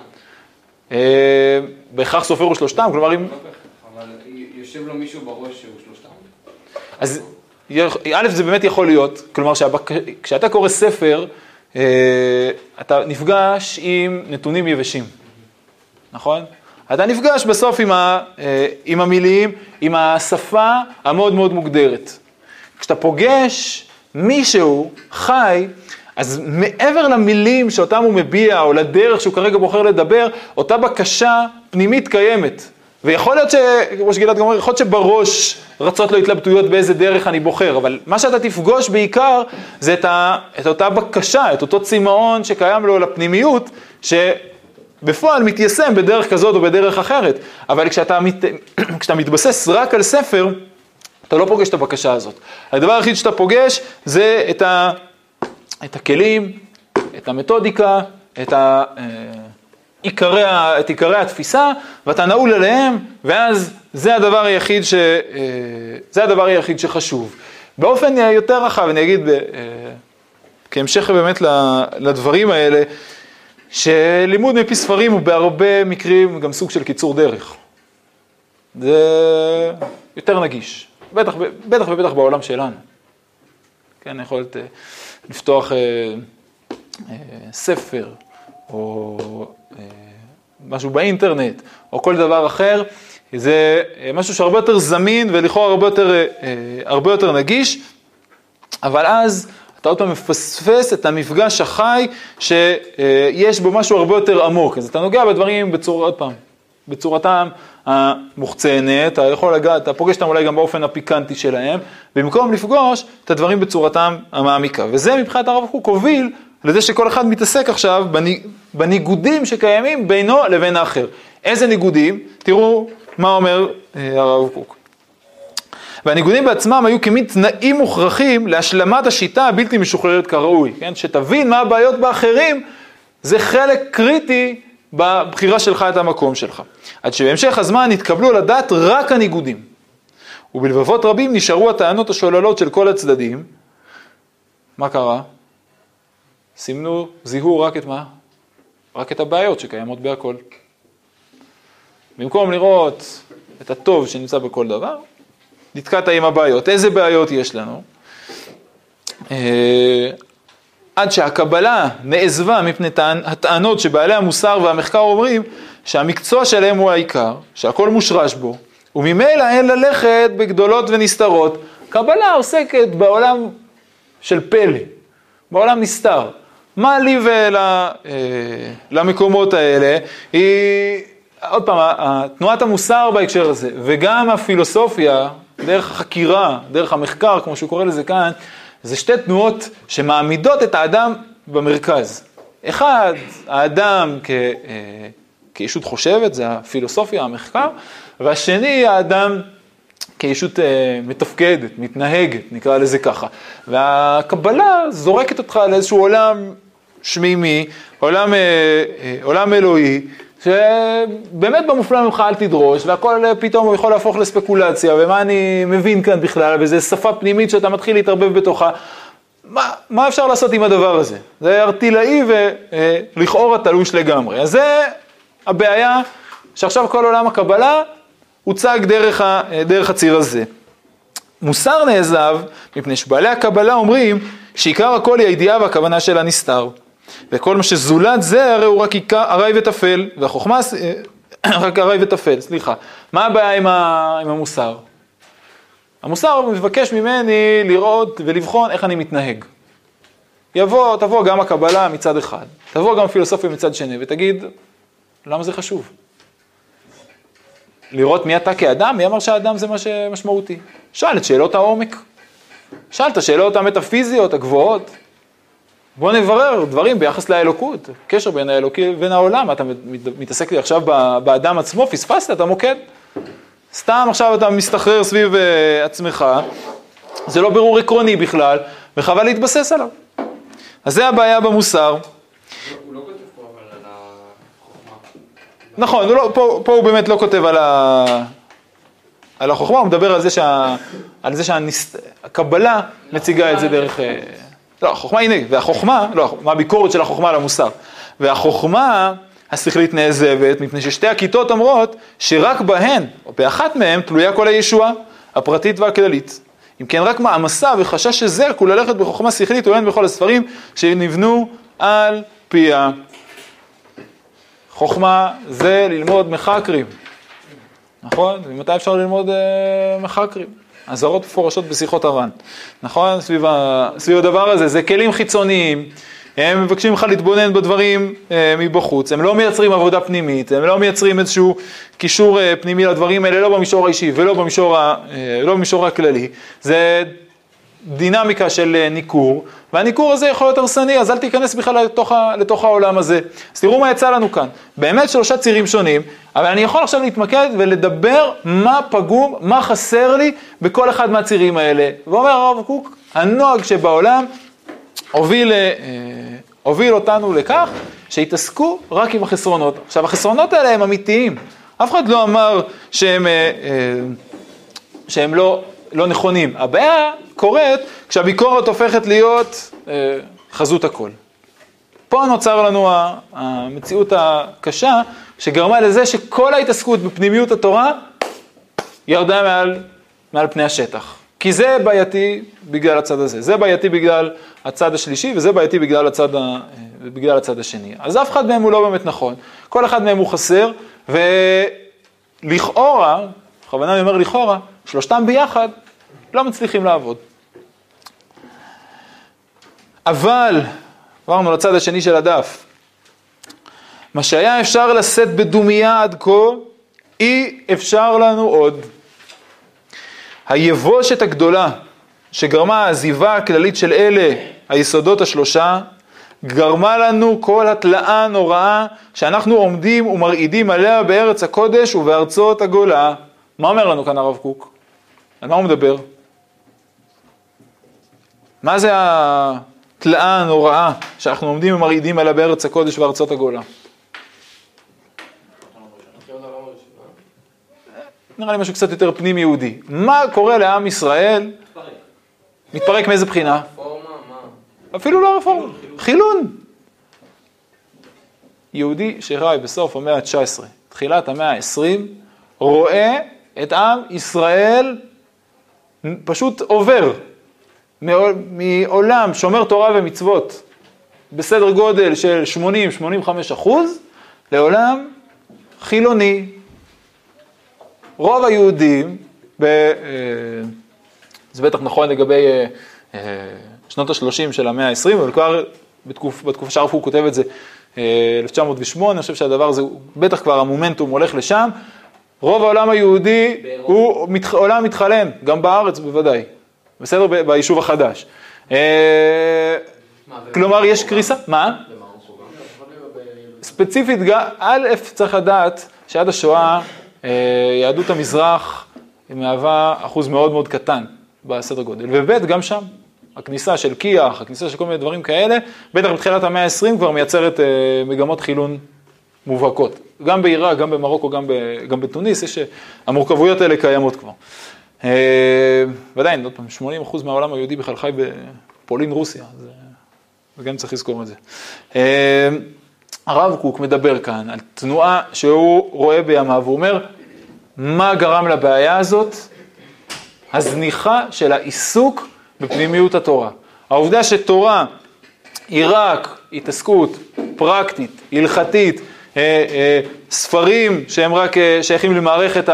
בהכרח סופר הוא שלושתם, כלומר אם...
אבל יושב לו מישהו בראש שהוא שלושתם.
אז א', זה באמת יכול להיות, כלומר כשאתה קורא ספר, אתה נפגש עם נתונים יבשים, נכון? אתה נפגש בסוף עם, ה, עם המילים, עם השפה המאוד מאוד מוגדרת. כשאתה פוגש מישהו חי, אז מעבר למילים שאותם הוא מביע, או לדרך שהוא כרגע בוחר לדבר, אותה בקשה פנימית קיימת. ויכול להיות ש... כמו שגלעד גם אומר, יכול להיות שבראש רצות לו התלבטויות באיזה דרך אני בוחר, אבל מה שאתה תפגוש בעיקר זה את, ה... את אותה בקשה, את אותו צימאון שקיים לו לפנימיות, שבפועל מתיישם בדרך כזאת או בדרך אחרת. אבל כשאתה, מת... כשאתה מתבסס רק על ספר, אתה לא פוגש את הבקשה הזאת. הדבר היחיד שאתה פוגש זה את, ה... את הכלים, את המתודיקה, את ה... עיקרי, את עיקרי התפיסה, ואתה נעול עליהם, ואז זה הדבר היחיד ש, זה הדבר היחיד שחשוב. באופן יותר רחב, אני אגיד, כהמשך באמת לדברים האלה, שלימוד מפי ספרים הוא בהרבה מקרים גם סוג של קיצור דרך. זה יותר נגיש, בטח, בטח ובטח בעולם שלנו. כן, יכולת לפתוח ספר, או משהו באינטרנט, או כל דבר אחר, זה משהו שהרבה יותר זמין ולכאורה הרבה יותר, הרבה יותר נגיש, אבל אז אתה עוד פעם מפספס את המפגש החי שיש בו משהו הרבה יותר עמוק. אז אתה נוגע בדברים בצורה, עוד פעם, בצורתם המוחצנת, אתה יכול לגעת, אתה פוגש אותם אולי גם באופן הפיקנטי שלהם, במקום לפגוש את הדברים בצורתם המעמיקה. וזה מבחינת הרב קוק הוביל לזה שכל אחד מתעסק עכשיו בניגודים שקיימים בינו לבין האחר. איזה ניגודים? תראו מה אומר הרב קוק. והניגודים בעצמם היו כמין תנאים מוכרחים להשלמת השיטה הבלתי משוכללת כראוי. כן? שתבין מה הבעיות באחרים, זה חלק קריטי בבחירה שלך את המקום שלך. עד שבהמשך הזמן התקבלו לדעת רק הניגודים. ובלבבות רבים נשארו הטענות השוללות של כל הצדדים. מה קרה? סימנו, זיהו רק את מה? רק את הבעיות שקיימות בהכל. במקום לראות את הטוב שנמצא בכל דבר, נתקעת עם הבעיות. איזה בעיות יש לנו? עד שהקבלה נעזבה מפני הטענות שבעלי המוסר והמחקר אומרים שהמקצוע שלהם הוא העיקר, שהכל מושרש בו, וממילא אין ללכת בגדולות ונסתרות. קבלה עוסקת בעולם של פלא, בעולם נסתר. מה לי ולמקומות האלה? היא, עוד פעם, תנועת המוסר בהקשר הזה, וגם הפילוסופיה, דרך החקירה, דרך המחקר, כמו שהוא קורא לזה כאן, זה שתי תנועות שמעמידות את האדם במרכז. אחד, האדם כ, כישות חושבת, זה הפילוסופיה, המחקר, והשני, האדם כישות מתפקדת, מתנהגת, נקרא לזה ככה. והקבלה זורקת אותך לאיזשהו עולם שמימי, עולם, עולם אלוהי, שבאמת במופלא ממך אל תדרוש, והכל פתאום הוא יכול להפוך לספקולציה, ומה אני מבין כאן בכלל, וזו שפה פנימית שאתה מתחיל להתערבב בתוכה. מה, מה אפשר לעשות עם הדבר הזה? זה ארטילאי ולכאורה תלוש לגמרי. אז זה הבעיה, שעכשיו כל עולם הקבלה הוצג דרך, ה, דרך הציר הזה. מוסר נעזב, מפני שבעלי הקבלה אומרים שעיקר הכל היא הידיעה והכוונה של הנסתר. וכל מה שזולת זה הרי הוא רק הרי ותפל, והחוכמה רק הרי ותפל, סליחה. מה הבעיה עם, ה, עם המוסר? המוסר מבקש ממני לראות ולבחון איך אני מתנהג. יבוא, תבוא גם הקבלה מצד אחד, תבוא גם הפילוסופיה מצד שני, ותגיד, למה זה חשוב? לראות מי אתה כאדם, מי אמר שהאדם זה מה שמשמעותי? שאל את שאלות העומק. שאל את השאלות המטאפיזיות, הגבוהות. בוא נברר דברים ביחס לאלוקות, קשר בין האלוקי ובין העולם. אתה מתעסק לי עכשיו באדם עצמו, פספסת, אתה מוקד. סתם עכשיו אתה מסתחרר סביב עצמך, זה לא בירור עקרוני בכלל, וחבל להתבסס עליו. אז זה הבעיה במוסר.
הוא לא כותב פה אבל על החוכמה.
נכון, הוא לא, פה, פה הוא באמת לא כותב על, ה... על החוכמה, הוא מדבר על זה, שה... על זה שהקבלה מציגה את זה דרך... לא, החוכמה הנה, והחוכמה, לא, מה הביקורת של החוכמה על המוסר. והחוכמה השכלית נעזבת, מפני ששתי הכיתות אומרות שרק בהן, או באחת מהן, תלויה כל הישועה, הפרטית והכללית. אם כן, רק מעמסה וחשש שזה הוא ללכת בחוכמה שכלית, עוין בכל הספרים שנבנו על פיה. חוכמה זה ללמוד מחקרים. נכון? ומתי אפשר ללמוד אה, מחקרים? אזהרות מפורשות בשיחות הר"ן. נכון? סביב, ה... סביב הדבר הזה, זה כלים חיצוניים. הם מבקשים לך להתבונן בדברים אה, מבחוץ. הם לא מייצרים עבודה פנימית, הם לא מייצרים איזשהו קישור אה, פנימי לדברים האלה, לא במישור האישי ולא במישור, ה... אה, לא במישור הכללי. זה דינמיקה של אה, ניכור, והניכור הזה יכול להיות הרסני, אז אל תיכנס בכלל לתוך, ה... לתוך העולם הזה. אז תראו מה יצא לנו כאן. באמת שלושה צירים שונים, אבל אני יכול עכשיו להתמקד ולדבר מה פגום, מה חסר לי בכל אחד מהצירים האלה. ואומר הרב קוק, הנוהג שבעולם הוביל, הוביל אותנו לכך שהתעסקו רק עם החסרונות. עכשיו, החסרונות האלה הם אמיתיים. אף אחד לא אמר שהם, שהם לא, לא נכונים. הבעיה קורית כשהביקורת הופכת להיות חזות הכל. פה נוצר לנו המציאות הקשה שגרמה לזה שכל ההתעסקות בפנימיות התורה ירדה מעל, מעל פני השטח. כי זה בעייתי בגלל הצד הזה, זה בעייתי בגלל הצד השלישי, וזה בעייתי בגלל הצד, ה... בגלל הצד השני. אז אף אחד מהם הוא לא באמת נכון, כל אחד מהם הוא חסר, ולכאורה, בכוונה אני אומר לכאורה, שלושתם ביחד לא מצליחים לעבוד. אבל, עברנו לצד השני של הדף, מה שהיה אפשר לשאת בדומיה עד כה, אי אפשר לנו עוד. היבושת הגדולה שגרמה העזיבה הכללית של אלה, היסודות השלושה, גרמה לנו כל התלאה נוראה שאנחנו עומדים ומרעידים עליה בארץ הקודש ובארצות הגולה. מה אומר לנו כאן הרב קוק? על מה הוא מדבר? מה זה התלאה הנוראה שאנחנו עומדים ומרעידים עליה בארץ הקודש ובארצות הגולה? נראה לי משהו קצת יותר פנים יהודי. מה קורה לעם ישראל? מתפרק. מתפרק מאיזה בחינה? רפורמה, מה? אפילו לא רפורמה. חילון. יהודי שחי בסוף המאה ה-תשע עשרה, תחילת המאה ה-עשרים, רואה את עם ישראל פשוט עובר מעולם שומר תורה ומצוות בסדר גודל של שמונים עד שמונים וחמישה אחוז לעולם חילוני. רוב היהודים, ב, זה בטח נכון לגבי שנות ה-שלושים של המאה ה-עשרים, אבל כבר בתקופ, בתקופה שהרב קוק כותב את זה, אלף תשע מאות ושמונה, אני חושב שהדבר הזה, בטח כבר המומנטום הולך לשם, רוב העולם היהודי הוא מת, עולם מתחלן, גם בארץ בוודאי, בסדר? ב, ביישוב החדש. מה, כלומר, יש קריסה, מה? ספציפית, א' צריך לדעת שעד השואה, יהדות המזרח היא מהווה אחוז מאוד מאוד קטן בסדר גודל, וב' גם שם, הכניסה של כיח, הכניסה של כל מיני דברים כאלה, בטח בתחילת המאה ה-עשרים כבר מייצרת מגמות חילון מובהקות, גם בעיראק, גם במרוקו, גם, ב, גם בתוניס, יש המורכבויות האלה קיימות כבר. ועדיין, עוד פעם, שמונים אחוז מהעולם היהודי בכלל חי בפולין, רוסיה, זה, וגם צריך לזכור את זה. הרב קוק מדבר כאן על תנועה שהוא רואה בימיו, הוא אומר, מה גרם לבעיה הזאת? הזניחה של העיסוק בפנימיות התורה. העובדה שתורה היא רק התעסקות פרקטית, הלכתית, ספרים שהם רק שייכים למערכת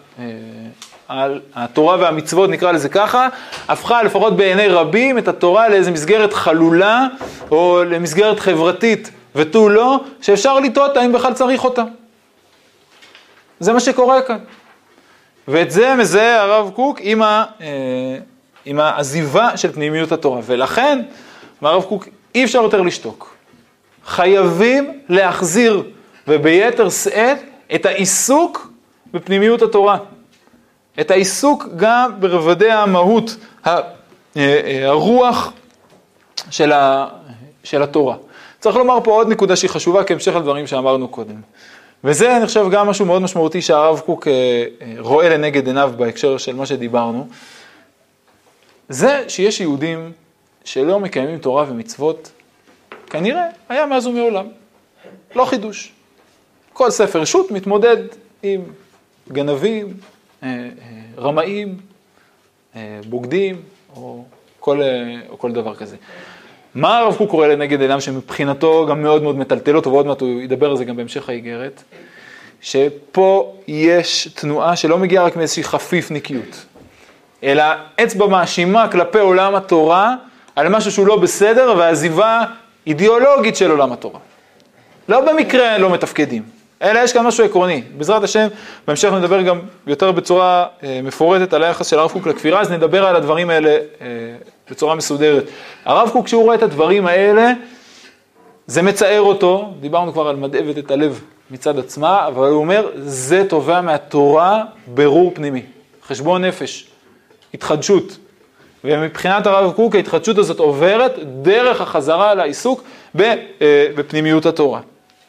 התורה והמצוות, נקרא לזה ככה, הפכה לפחות בעיני רבים את התורה לאיזו מסגרת חלולה או למסגרת חברתית ותו לא, שאפשר לטעות האם בכלל צריך אותה. זה מה שקורה כאן. ואת זה מזהה הרב קוק עם, ה, עם העזיבה של פנימיות התורה. ולכן, הרב קוק, אי אפשר יותר לשתוק. חייבים להחזיר וביתר שאת את העיסוק בפנימיות התורה. את העיסוק גם ברבדי המהות הרוח של, ה, של התורה. צריך לומר פה עוד נקודה שהיא חשובה כהמשך לדברים שאמרנו קודם. וזה אני חושב גם משהו מאוד משמעותי שהרב קוק רואה לנגד עיניו בהקשר של מה שדיברנו. זה שיש יהודים שלא מקיימים תורה ומצוות, כנראה היה מאז ומעולם. לא חידוש. כל ספר שו"ת מתמודד עם גנבים, רמאים, בוגדים, או כל, או כל דבר כזה. מה הרב קוק קורא לנגד עיניו שמבחינתו גם מאוד מאוד מטלטל אותו, ועוד מעט הוא ידבר על זה גם בהמשך האיגרת, שפה יש תנועה שלא מגיעה רק מאיזושהי חפיפניקיות, אלא אצבע מאשימה כלפי עולם התורה על משהו שהוא לא בסדר, ועזיבה אידיאולוגית של עולם התורה. לא במקרה לא מתפקדים, אלא יש כאן משהו עקרוני. בעזרת השם, בהמשך נדבר גם יותר בצורה אה, מפורטת על היחס של הרב קוק לכפירה, אז נדבר על הדברים האלה אה, בצורה מסודרת. הרב קוק, כשהוא רואה את הדברים האלה, זה מצער אותו, דיברנו כבר על מדעבת את הלב מצד עצמה, אבל הוא אומר, זה תובע מהתורה ברור פנימי, חשבון נפש, התחדשות. ומבחינת הרב קוק, ההתחדשות הזאת עוברת דרך החזרה לעיסוק בפנימיות התורה.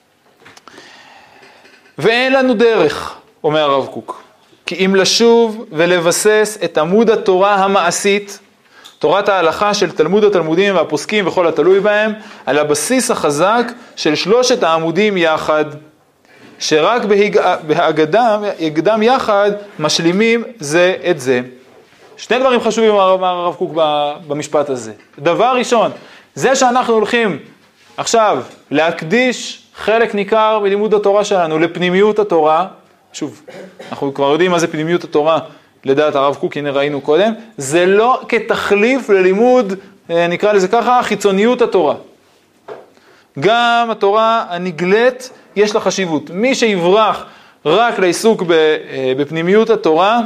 ואין לנו דרך, אומר הרב קוק, כי אם לשוב ולבסס את עמוד התורה המעשית, תורת ההלכה של תלמוד התלמודים והפוסקים וכל התלוי בהם, על הבסיס החזק של שלושת העמודים יחד, שרק בהגדם, יגדם יחד, משלימים זה את זה. שני דברים חשובים אמר הרב קוק במשפט הזה. דבר ראשון, זה שאנחנו הולכים עכשיו להקדיש חלק ניכר בלימוד התורה שלנו לפנימיות התורה, שוב, אנחנו כבר יודעים מה זה פנימיות התורה לדעת הרב קוק, הנה ראינו קודם, זה לא כתחליף ללימוד, נקרא לזה ככה, חיצוניות התורה. גם התורה הנגלית יש לה חשיבות. מי שיברח רק לעיסוק בפנימיות התורה,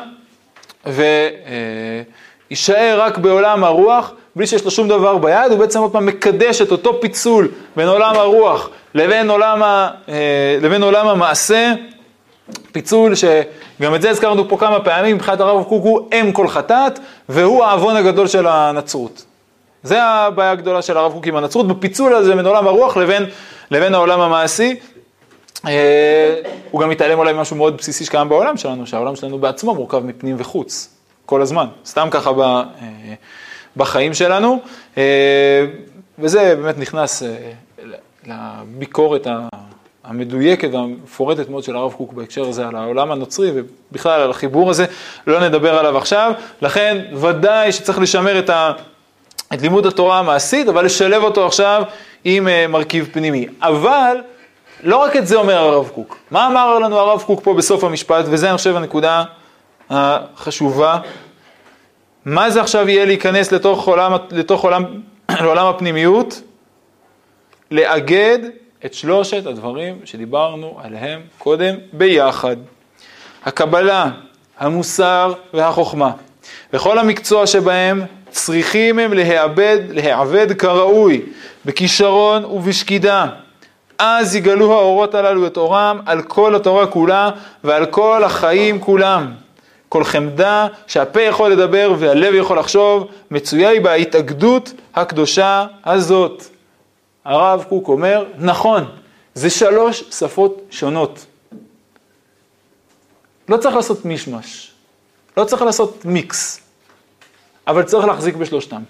וישאר רק בעולם הרוח, בלי שיש לו שום דבר ביד, הוא בעצם עוד פעם מקדש את אותו פיצול בין עולם הרוח לבין עולם, ה, לבין עולם המעשה, פיצול שגם את זה הזכרנו פה כמה פעמים, מבחינת הרב קוק הוא אם כל חטאת, והוא העוון הגדול של הנצרות. זה הבעיה הגדולה של הרב קוק עם הנצרות, בפיצול הזה בין עולם הרוח לבין, לבין העולם המעשי. הוא גם מתעלם אולי משהו מאוד בסיסי שקיים בעולם שלנו, שהעולם שלנו בעצמו מורכב מפנים וחוץ, כל הזמן, סתם ככה בחיים שלנו, וזה באמת נכנס לביקורת המדויקת והמפורטת מאוד של הרב קוק בהקשר הזה על העולם הנוצרי, ובכלל על החיבור הזה, לא נדבר עליו עכשיו, לכן ודאי שצריך לשמר את, ה, את לימוד התורה המעשית, אבל לשלב אותו עכשיו עם מרכיב פנימי. אבל לא רק את זה אומר הרב קוק. מה אמר לנו הרב קוק פה בסוף המשפט, וזה אני חושב הנקודה החשובה, מה זה עכשיו יהיה להיכנס לתוך עולם, לתוך עולם, לעולם הפנימיות? לאגד את שלושת הדברים שדיברנו עליהם קודם ביחד. הקבלה, המוסר והחוכמה. וכל המקצוע שבהם צריכים הם להעבד, להעבד כראוי, בכישרון ובשקידה. אז יגלו האורות הללו את אורם על כל התורה כולה ועל כל החיים כולם. כל חמדה שהפה יכול לדבר והלב יכול לחשוב, מצויה היא בהתאגדות הקדושה הזאת. הרב קוק אומר, נכון, זה שלוש שפות שונות. לא צריך לעשות מישמש, לא צריך לעשות מיקס, אבל צריך להחזיק בשלושתם.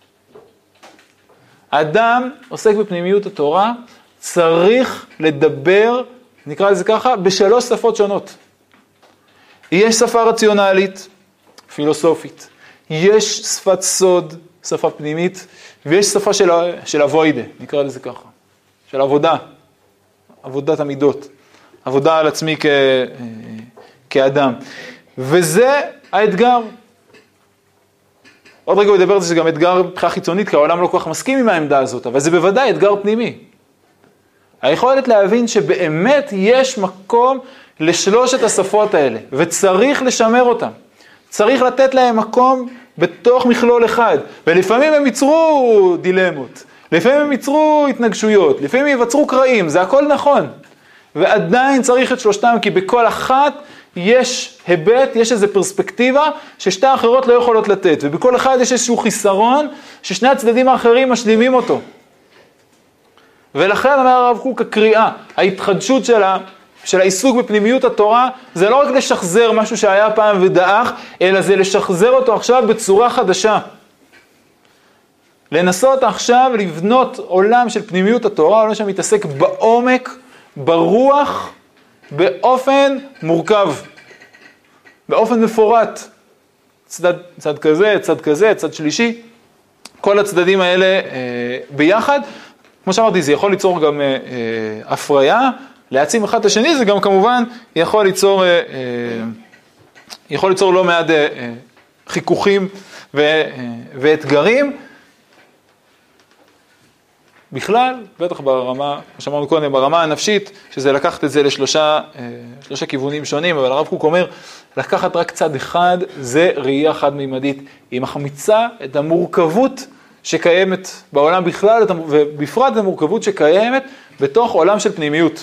אדם עוסק בפנימיות התורה, צריך לדבר, נקרא לזה ככה, בשלוש שפות שונות. יש שפה רציונלית, פילוסופית, יש שפת סוד, שפה פנימית, ויש שפה של, של אבוידה, נקרא לזה ככה, של עבודה, עבודת המידות, עבודה על עצמי כ, כאדם. וזה האתגר. עוד רגע הוא ידבר על זה שגם אתגר מבחינה חיצונית, כי העולם לא כל כך מסכים עם העמדה הזאת, אבל זה בוודאי אתגר פנימי. היכולת להבין שבאמת יש מקום לשלושת השפות האלה, וצריך לשמר אותם. צריך לתת להם מקום בתוך מכלול אחד, ולפעמים הם ייצרו דילמות, לפעמים הם ייצרו התנגשויות, לפעמים ייווצרו קרעים, זה הכל נכון. ועדיין צריך את שלושתם, כי בכל אחת יש היבט, יש איזו פרספקטיבה ששתי האחרות לא יכולות לתת, ובכל אחד יש איזשהו חיסרון ששני הצדדים האחרים משלימים אותו. ולכן אומר הרב קוק, הקריאה, ההתחדשות שלה, של העיסוק בפנימיות התורה, זה לא רק לשחזר משהו שהיה פעם ודאח, אלא זה לשחזר אותו עכשיו בצורה חדשה. לנסות עכשיו לבנות עולם של פנימיות התורה, עולם שמתעסק בעומק, ברוח, באופן מורכב, באופן מפורט. צד, צד כזה, צד כזה, צד שלישי, כל הצדדים האלה אה, ביחד. כמו שאמרתי, זה יכול ליצור גם אה, אה, הפריה, להעצים אחד את השני, זה גם כמובן יכול ליצור, אה, אה, יכול ליצור לא מעט אה, אה, חיכוכים ו, אה, ואתגרים. בכלל, בטח ברמה, כמו שאמרנו קודם, ברמה הנפשית, שזה לקחת את זה לשלושה שלושה כיוונים שונים, אבל הרב קוק אומר, לקחת רק צד אחד, זה ראייה חד-מימדית. היא מחמיצה את המורכבות שקיימת בעולם בכלל, ובפרט את המורכבות שקיימת בתוך עולם של פנימיות.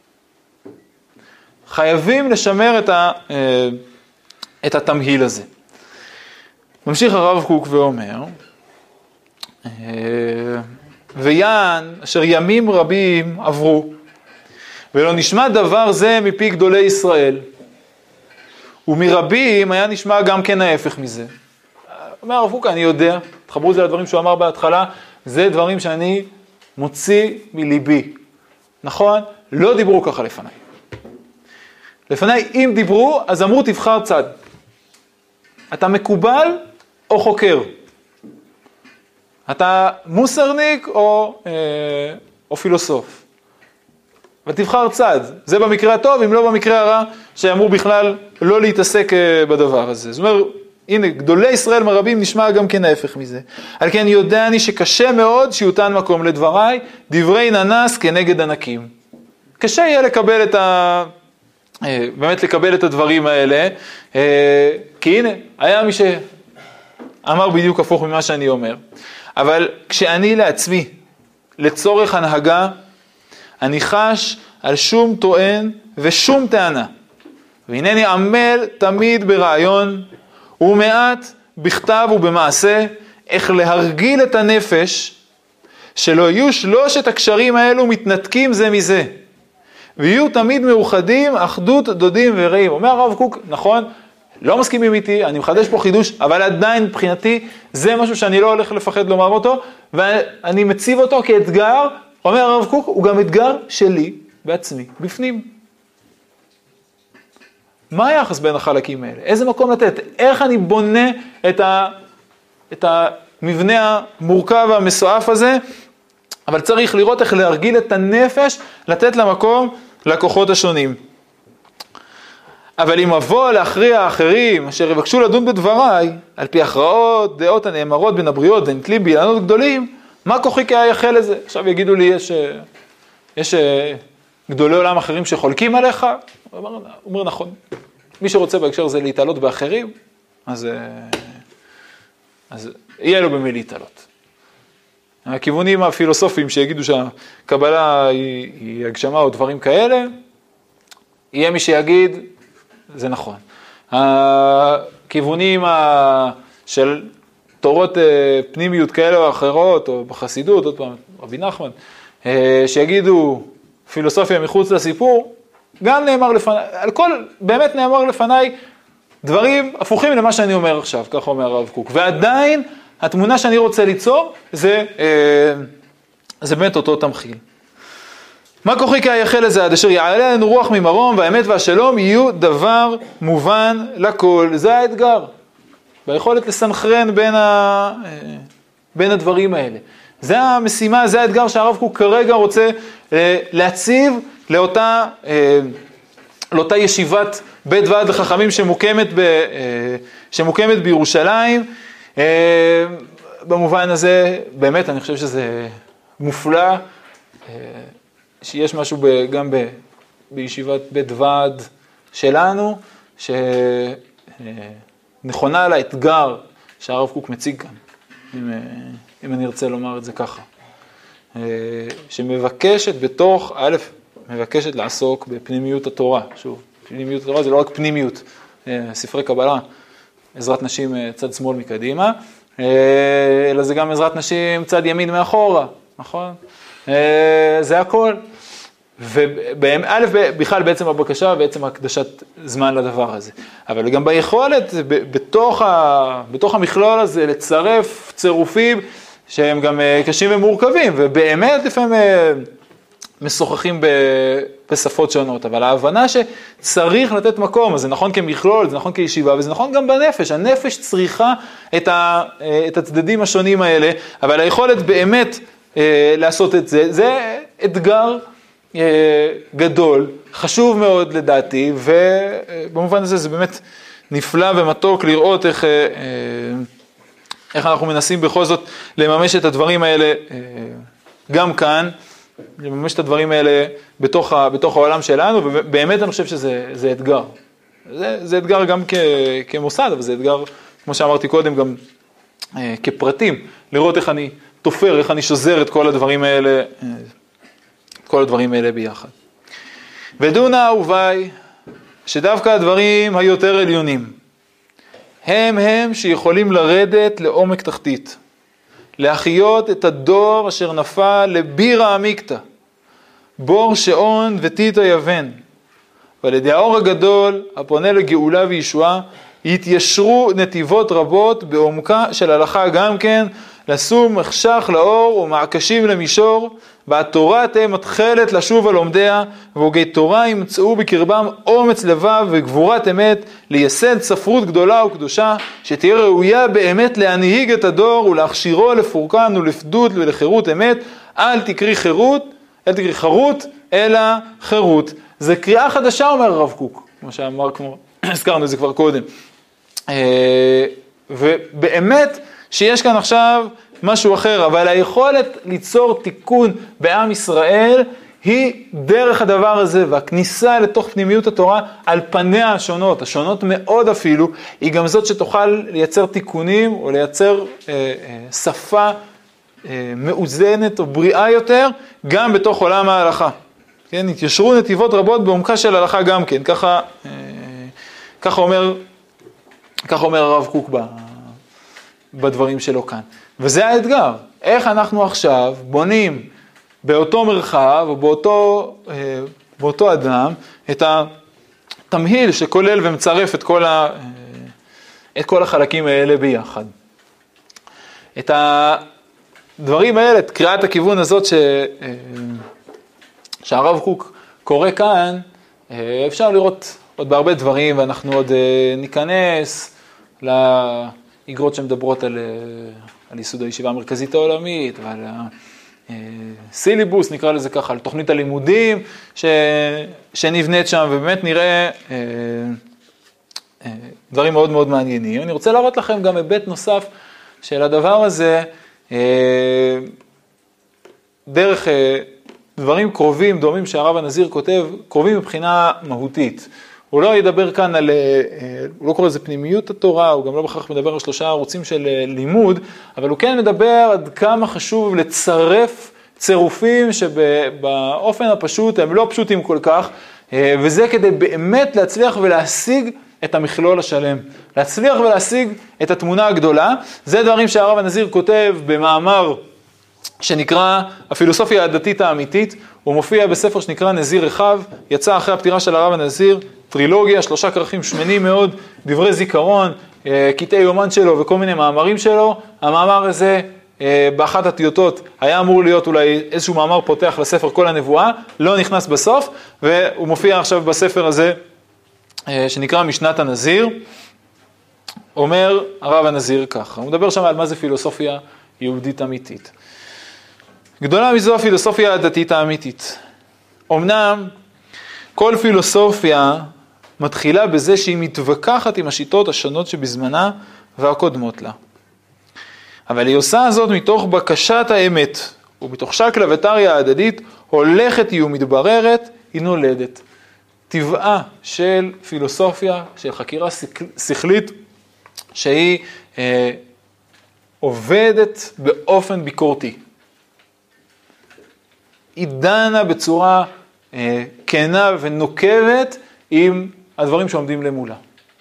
חייבים לשמר את, ה, את התמהיל הזה. ממשיך הרב קוק ואומר, ויען אשר ימים רבים עברו, ולא נשמע דבר זה מפי גדולי ישראל, ומרבים היה נשמע גם כן ההפך מזה. אומר הרב קוק, אני יודע, תחברו את זה לדברים שהוא אמר בהתחלה, זה דברים שאני מוציא מליבי. נכון? לא דיברו ככה לפניי. לפניי, אם דיברו, אז אמרו תבחר צד. אתה מקובל או חוקר? אתה מוסרניק או, אה, או פילוסוף. ותבחר צד. זה במקרה הטוב, אם לא במקרה הרע, שאמרו בכלל לא להתעסק אה, בדבר הזה. זאת אומרת, הנה, גדולי ישראל מרבים נשמע גם כן ההפך מזה. על כן יודע אני שקשה מאוד שיותן מקום לדבריי, דברי ננס כנגד ענקים. קשה יהיה לקבל את ה... אה, באמת לקבל את הדברים האלה, אה, כי הנה, היה מי שאמר בדיוק הפוך ממה שאני אומר. אבל כשאני לעצמי, לצורך הנהגה, אני חש על שום טוען ושום טענה. והנני עמל תמיד ברעיון, ומעט בכתב ובמעשה, איך להרגיל את הנפש, שלא יהיו שלושת הקשרים האלו מתנתקים זה מזה. ויהיו תמיד מאוחדים, אחדות דודים ורעים. אומר הרב קוק, נכון, לא מסכימים איתי, אני מחדש פה חידוש, אבל עדיין מבחינתי זה משהו שאני לא הולך לפחד לומר אותו, ואני מציב אותו כאתגר, אומר הרב קוק, הוא גם אתגר שלי בעצמי, בפנים. מה היחס בין החלקים האלה? איזה מקום לתת? איך אני בונה את, ה, את המבנה המורכב והמסועף הזה? אבל צריך לראות איך להרגיל את הנפש, לתת למקום לכוחות השונים. אבל אם אבוא להכריע האחרים, אשר יבקשו לדון בדבריי, על פי הכרעות, דעות הנאמרות בין הבריות, ונתלים באילנות גדולים, מה כוחי כהייחל לזה? עכשיו יגידו לי, יש, יש גדולי עולם אחרים שחולקים עליך? הוא אומר, הוא אומר נכון. מי שרוצה בהקשר הזה להתעלות באחרים, אז, אז יהיה לו במי להתעלות. הכיוונים הפילוסופיים שיגידו שהקבלה היא, היא הגשמה או דברים כאלה, יהיה מי שיגיד, זה נכון. הכיוונים של תורות פנימיות כאלה או אחרות, או בחסידות, עוד פעם, רבי נחמן, שיגידו פילוסופיה מחוץ לסיפור, גם נאמר לפניי, על כל, באמת נאמר לפניי דברים הפוכים למה שאני אומר עכשיו, ככה אומר הרב קוק. ועדיין התמונה שאני רוצה ליצור זה, זה באמת אותו תמחיל. מה כוחי כהייחל לזה עד אשר יעלה עלינו רוח ממרום, והאמת והשלום יהיו דבר מובן לכל. זה האתגר. ביכולת לסנכרן בין, ה... בין הדברים האלה. זה המשימה, זה האתגר שהרב קוק כרגע רוצה להציב לאותה, לאותה ישיבת בית ועד לחכמים שמוקמת, ב... שמוקמת בירושלים. במובן הזה, באמת, אני חושב שזה מופלא, שיש משהו ב, גם ב, בישיבת בית ועד שלנו, שנכונה על האתגר שהרב קוק מציג כאן, אם, אם אני ארצה לומר את זה ככה. שמבקשת בתוך, א', מבקשת לעסוק בפנימיות התורה, שוב, פנימיות התורה זה לא רק פנימיות, ספרי קבלה, עזרת נשים צד שמאל מקדימה, אלא זה גם עזרת נשים צד ימין מאחורה, נכון? זה הכל. וא' בכלל בעצם הבקשה, בעצם הקדשת זמן לדבר הזה. אבל גם ביכולת, בתוך, ה, בתוך המכלול הזה, לצרף צירופים שהם גם קשים ומורכבים, ובאמת לפעמים משוחחים בשפות שונות, אבל ההבנה שצריך לתת מקום, אז זה נכון כמכלול, זה נכון כישיבה, וזה נכון גם בנפש. הנפש צריכה את, ה, את הצדדים השונים האלה, אבל היכולת באמת לעשות את זה, זה אתגר גדול, חשוב מאוד לדעתי, ובמובן הזה זה באמת נפלא ומתוק לראות איך, איך אנחנו מנסים בכל זאת לממש את הדברים האלה גם כאן, לממש את הדברים האלה בתוך, בתוך העולם שלנו, ובאמת אני חושב שזה זה אתגר. זה, זה אתגר גם כ, כמוסד, אבל זה אתגר, כמו שאמרתי קודם, גם כפרטים, לראות איך אני תופר, איך אני שוזר את כל הדברים האלה, כל הדברים האלה ביחד. ודונה אהוביי, שדווקא הדברים היותר עליונים, הם הם שיכולים לרדת לעומק תחתית, להחיות את הדור אשר נפל לבירה עמיקתא, בור שעון וטיטה יבן, ועל ידי האור הגדול הפונה לגאולה וישועה, יתיישרו נתיבות רבות בעומקה של הלכה גם כן, לשום מחשך לאור ומעקשים למישור, והתורה תהיה מתחלת לשוב על עומדיה, והוגי תורה ימצאו בקרבם אומץ לבב וגבורת אמת, לייסד ספרות גדולה וקדושה, שתהיה ראויה באמת להנהיג את הדור ולהכשירו לפורקן ולפדות ולחירות אמת. אל תקרי חירות, אל תקרי חרות, אלא חירות. זה קריאה חדשה, אומר הרב קוק, כמו שאמר, כמו הזכרנו את זה כבר קודם. ובאמת שיש כאן עכשיו משהו אחר, אבל היכולת ליצור תיקון בעם ישראל היא דרך הדבר הזה, והכניסה לתוך פנימיות התורה על פניה השונות, השונות מאוד אפילו, היא גם זאת שתוכל לייצר תיקונים או לייצר אה, אה, שפה אה, מאוזנת או בריאה יותר, גם בתוך עולם ההלכה. כן, התיישרו נתיבות רבות בעומקה של הלכה גם כן, ככה, אה, ככה אומר, ככה אומר הרב קוק ב, בדברים שלו כאן. וזה האתגר, איך אנחנו עכשיו בונים באותו מרחב או באותו, באותו אדם את התמהיל שכולל ומצרף את כל, ה, את כל החלקים האלה ביחד. את הדברים האלה, את קריאת הכיוון הזאת ש, שהרב קוק קורא כאן, אפשר לראות עוד בהרבה דברים, ואנחנו עוד ניכנס לאגרות שמדברות על, על ייסוד הישיבה המרכזית העולמית, ועל הסיליבוס, נקרא לזה ככה, על תוכנית הלימודים ש, שנבנית שם, ובאמת נראה דברים מאוד מאוד מעניינים. אני רוצה להראות לכם גם היבט נוסף של הדבר הזה, דרך דברים קרובים, דומים שהרב הנזיר כותב, קרובים מבחינה מהותית. הוא לא ידבר כאן על, הוא לא קורא לזה פנימיות התורה, הוא גם לא בכך מדבר על שלושה ערוצים של לימוד, אבל הוא כן מדבר עד כמה חשוב לצרף צירופים שבאופן הפשוט הם לא פשוטים כל כך, וזה כדי באמת להצליח ולהשיג את המכלול השלם, להצליח ולהשיג את התמונה הגדולה. זה דברים שהרב הנזיר כותב במאמר שנקרא הפילוסופיה הדתית האמיתית, הוא מופיע בספר שנקרא נזיר רחב, יצא אחרי הפטירה של הרב הנזיר, טרילוגיה, שלושה כרכים שמנים מאוד, דברי זיכרון, קטעי יומן שלו וכל מיני מאמרים שלו. המאמר הזה באחת הטיוטות היה אמור להיות אולי איזשהו מאמר פותח לספר כל הנבואה, לא נכנס בסוף, והוא מופיע עכשיו בספר הזה שנקרא משנת הנזיר. אומר הרב הנזיר ככה, הוא מדבר שם על מה זה פילוסופיה יהודית אמיתית. גדולה מזו הפילוסופיה הדתית האמיתית. אמנם כל פילוסופיה מתחילה בזה שהיא מתווכחת עם השיטות השונות שבזמנה והקודמות לה. אבל היא עושה זאת מתוך בקשת האמת, ומתוך שקלא וטריא ההדדית, הולכת היא ומתבררת, היא נולדת. טבעה של פילוסופיה, של חקירה שכלית, שהיא אה, עובדת באופן ביקורתי. היא דנה בצורה אה, כנה ונוקבת עם הדברים שעומדים למולה.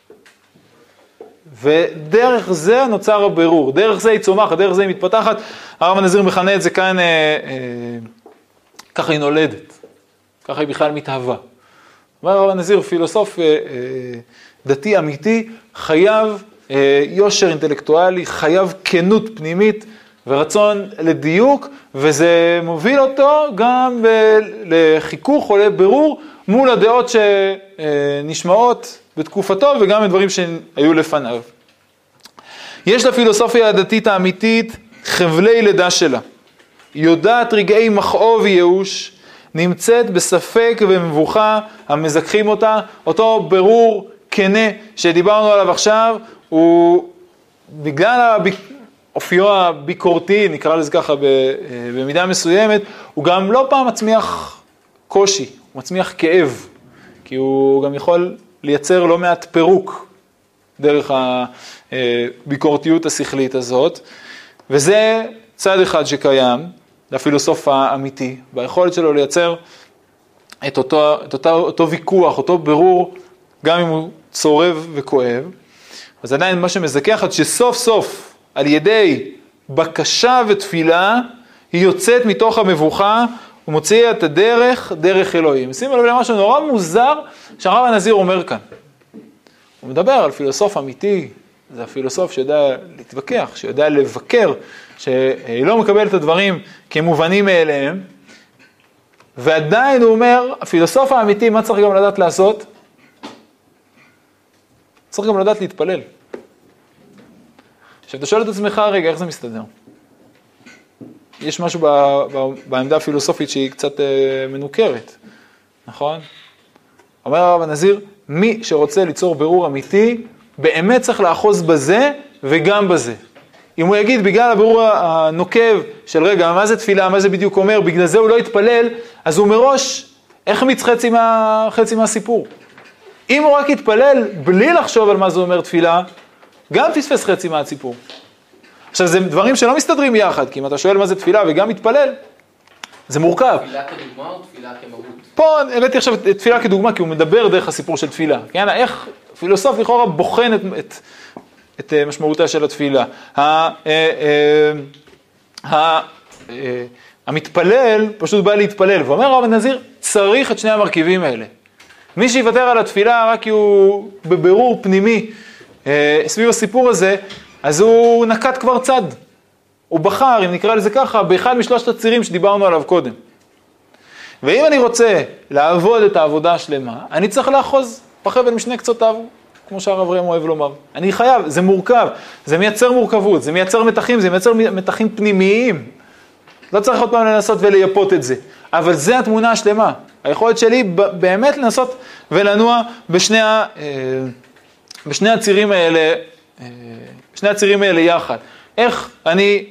ודרך זה נוצר הבירור, דרך זה היא צומחת, דרך זה היא מתפתחת. הרב הנזיר מכנה את זה כאן, אה, אה, ככה היא נולדת, ככה היא בכלל מתהווה. אומר הרב הנזיר, פילוסוף אה, אה, דתי אמיתי, חייב אה, יושר אינטלקטואלי, חייב כנות פנימית ורצון לדיוק, וזה מוביל אותו גם ב- לחיכוך או לבירור מול הדעות שנשמעות בתקופתו וגם הדברים שהיו לפניו. יש לפילוסופיה הדתית האמיתית חבלי לידה שלה. היא יודעת רגעי מכאוב וייאוש, נמצאת בספק ומבוכה המזכחים אותה. אותו ברור כנה שדיברנו עליו עכשיו, הוא בגלל אופיו הביקורתי, נקרא לזה ככה במידה מסוימת, הוא גם לא פעם מצמיח קושי, הוא מצמיח כאב, כי הוא גם יכול לייצר לא מעט פירוק דרך הביקורתיות השכלית הזאת, וזה צד אחד שקיים לפילוסוף האמיתי, ביכולת שלו לייצר את אותו, את אותו, אותו ויכוח, אותו ברור, גם אם הוא צורב וכואב. אז עדיין מה שמזכח עד שסוף סוף על ידי בקשה ותפילה היא יוצאת מתוך המבוכה ומוציאה את הדרך, דרך אלוהים. שימו לב למשהו נורא מוזר שהרב הנזיר אומר כאן. הוא מדבר על פילוסוף אמיתי, זה הפילוסוף שיודע להתווכח, שיודע לבקר, שלא מקבל את הדברים כמובנים מאליהם, ועדיין הוא אומר, הפילוסוף האמיתי, מה צריך גם לדעת לעשות? צריך גם לדעת להתפלל. עכשיו, אתה שואל את עצמך, רגע, איך זה מסתדר? יש משהו ב, ב, בעמדה הפילוסופית שהיא קצת אה, מנוכרת, נכון? אומר הרב הנזיר, מי שרוצה ליצור בירור אמיתי, באמת צריך לאחוז בזה וגם בזה. אם הוא יגיד, בגלל הבירור הנוקב של רגע, מה זה תפילה, מה זה בדיוק אומר, בגלל זה הוא לא יתפלל, אז הוא מראש, איך מיץ חצי, מה, חצי מהסיפור? אם הוא רק יתפלל בלי לחשוב על מה זה אומר תפילה, גם תפספס חצי מהסיפור. עכשיו, זה דברים שלא מסתדרים יחד, כי אם אתה שואל מה זה תפילה וגם מתפלל, זה מורכב.
תפילה כדוגמה או תפילה כמהות?
פה הבאתי עכשיו תפילה כדוגמה, כי הוא מדבר דרך הסיפור של תפילה. כן? איך פילוסוף לכאורה בוחן את, את, את משמעותה של התפילה. ה, ה, ה, ה, המתפלל פשוט בא להתפלל, ואומר הרב הנזיר, צריך את שני המרכיבים האלה. מי שיוותר על התפילה רק כי הוא בבירור פנימי סביב הסיפור הזה, אז הוא נקט כבר צד. הוא בחר, אם נקרא לזה ככה, באחד משלושת הצירים שדיברנו עליו קודם. ואם אני רוצה לעבוד את העבודה השלמה, אני צריך לאחוז בחבל משני קצותיו, כמו שהרב ראם אוהב לומר. אני חייב, זה מורכב, זה מייצר מורכבות, זה מייצר מתחים, זה מייצר מתחים פנימיים. לא צריך עוד פעם לנסות ולייפות את זה. אבל זה התמונה השלמה. היכולת שלי באמת לנסות ולנוע בשני, ה, בשני הצירים האלה, בשני הצירים האלה יחד. איך אני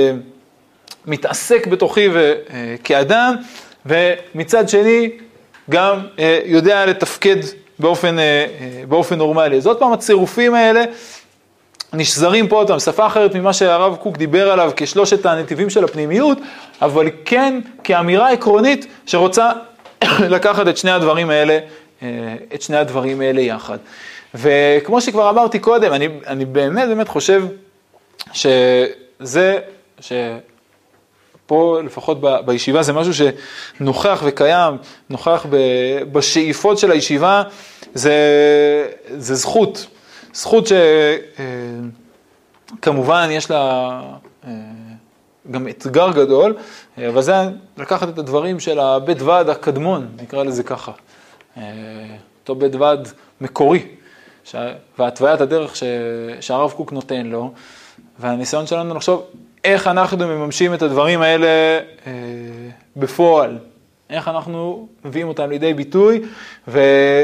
מתעסק בתוכי כאדם, ומצד שני גם יודע לתפקד באופן, באופן נורמלי. זאת פעם הצירופים האלה נשזרים פה אותם, שפה אחרת ממה שהרב קוק דיבר עליו כשלושת הנתיבים של הפנימיות, אבל כן כאמירה עקרונית שרוצה לקחת את שני הדברים האלה, את שני הדברים האלה יחד. וכמו שכבר אמרתי קודם, אני, אני באמת באמת חושב שזה, שפה לפחות ב, בישיבה זה משהו שנוכח וקיים, נוכח ב, בשאיפות של הישיבה, זה, זה זכות. זכות שכמובן יש לה גם אתגר גדול, אבל זה לקחת את הדברים של הבית ועד הקדמון, נקרא לזה ככה. אותו בית ועד מקורי, והתוויית הדרך שהרב קוק נותן לו, והניסיון שלנו לחשוב איך אנחנו מממשים את הדברים האלה בפועל, איך אנחנו מביאים אותם לידי ביטוי, ו...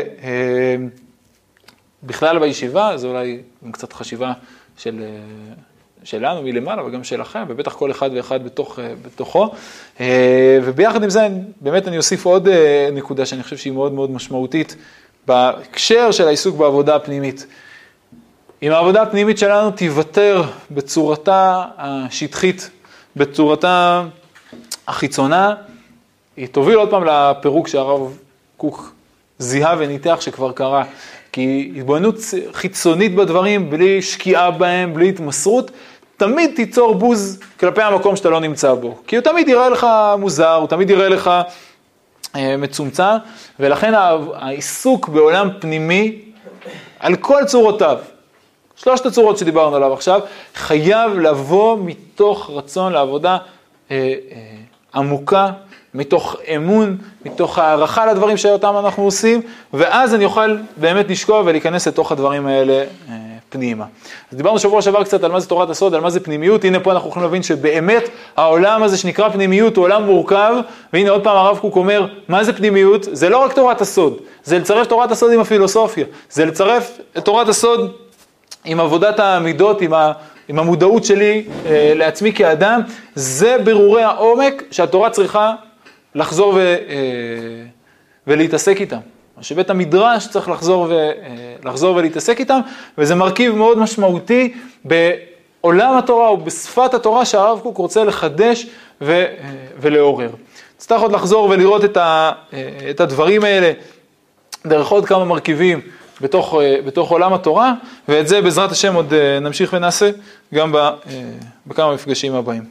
בכלל בישיבה, זה אולי קצת חשיבה של, שלנו מלמעלה וגם שלכם, ובטח כל אחד ואחד בתוך, בתוכו. וביחד עם זה, באמת אני אוסיף עוד נקודה שאני חושב שהיא מאוד מאוד משמעותית, בהקשר של העיסוק בעבודה הפנימית. אם העבודה הפנימית שלנו תיוותר בצורתה השטחית, בצורתה החיצונה, היא תוביל עוד פעם לפירוק שהרב קוק זיהה וניתח שכבר קרה. כי התבוננות חיצונית בדברים, בלי שקיעה בהם, בלי התמסרות, תמיד תיצור בוז כלפי המקום שאתה לא נמצא בו. כי הוא תמיד יראה לך מוזר, הוא תמיד יראה לך אה, מצומצם, ולכן העיסוק בעולם פנימי, על כל צורותיו, שלושת הצורות שדיברנו עליו עכשיו, חייב לבוא מתוך רצון לעבודה אה, אה, עמוקה, מתוך אמון, מתוך הערכה לדברים שאותם אנחנו עושים, ואז אני אוכל באמת לשקוע ולהיכנס לתוך הדברים האלה אה, פנימה. אז דיברנו שבוע שעבר קצת על מה זה תורת הסוד, על מה זה פנימיות, הנה פה אנחנו יכולים להבין שבאמת העולם הזה שנקרא פנימיות הוא עולם מורכב, והנה עוד פעם הרב קוק אומר, מה זה פנימיות? זה לא רק תורת הסוד, זה לצרף תורת הסוד עם הפילוסופיה, זה לצרף את תורת הסוד עם עבודת המידות, עם, ה, עם המודעות שלי אה, לעצמי כאדם, זה ברורי העומק שהתורה צריכה לחזור ו, אה, ולהתעסק איתם. שבית המדרש צריך לחזור, ו, אה, לחזור ולהתעסק איתם, וזה מרכיב מאוד משמעותי בעולם התורה ובשפת התורה שהרב קוק רוצה לחדש ו, אה, ולעורר. צריך עוד לחזור ולראות את, ה, אה, את הדברים האלה דרך עוד כמה מרכיבים, בתוך, בתוך עולם התורה, ואת זה בעזרת השם עוד נמשיך ונעשה גם בכמה מפגשים הבאים.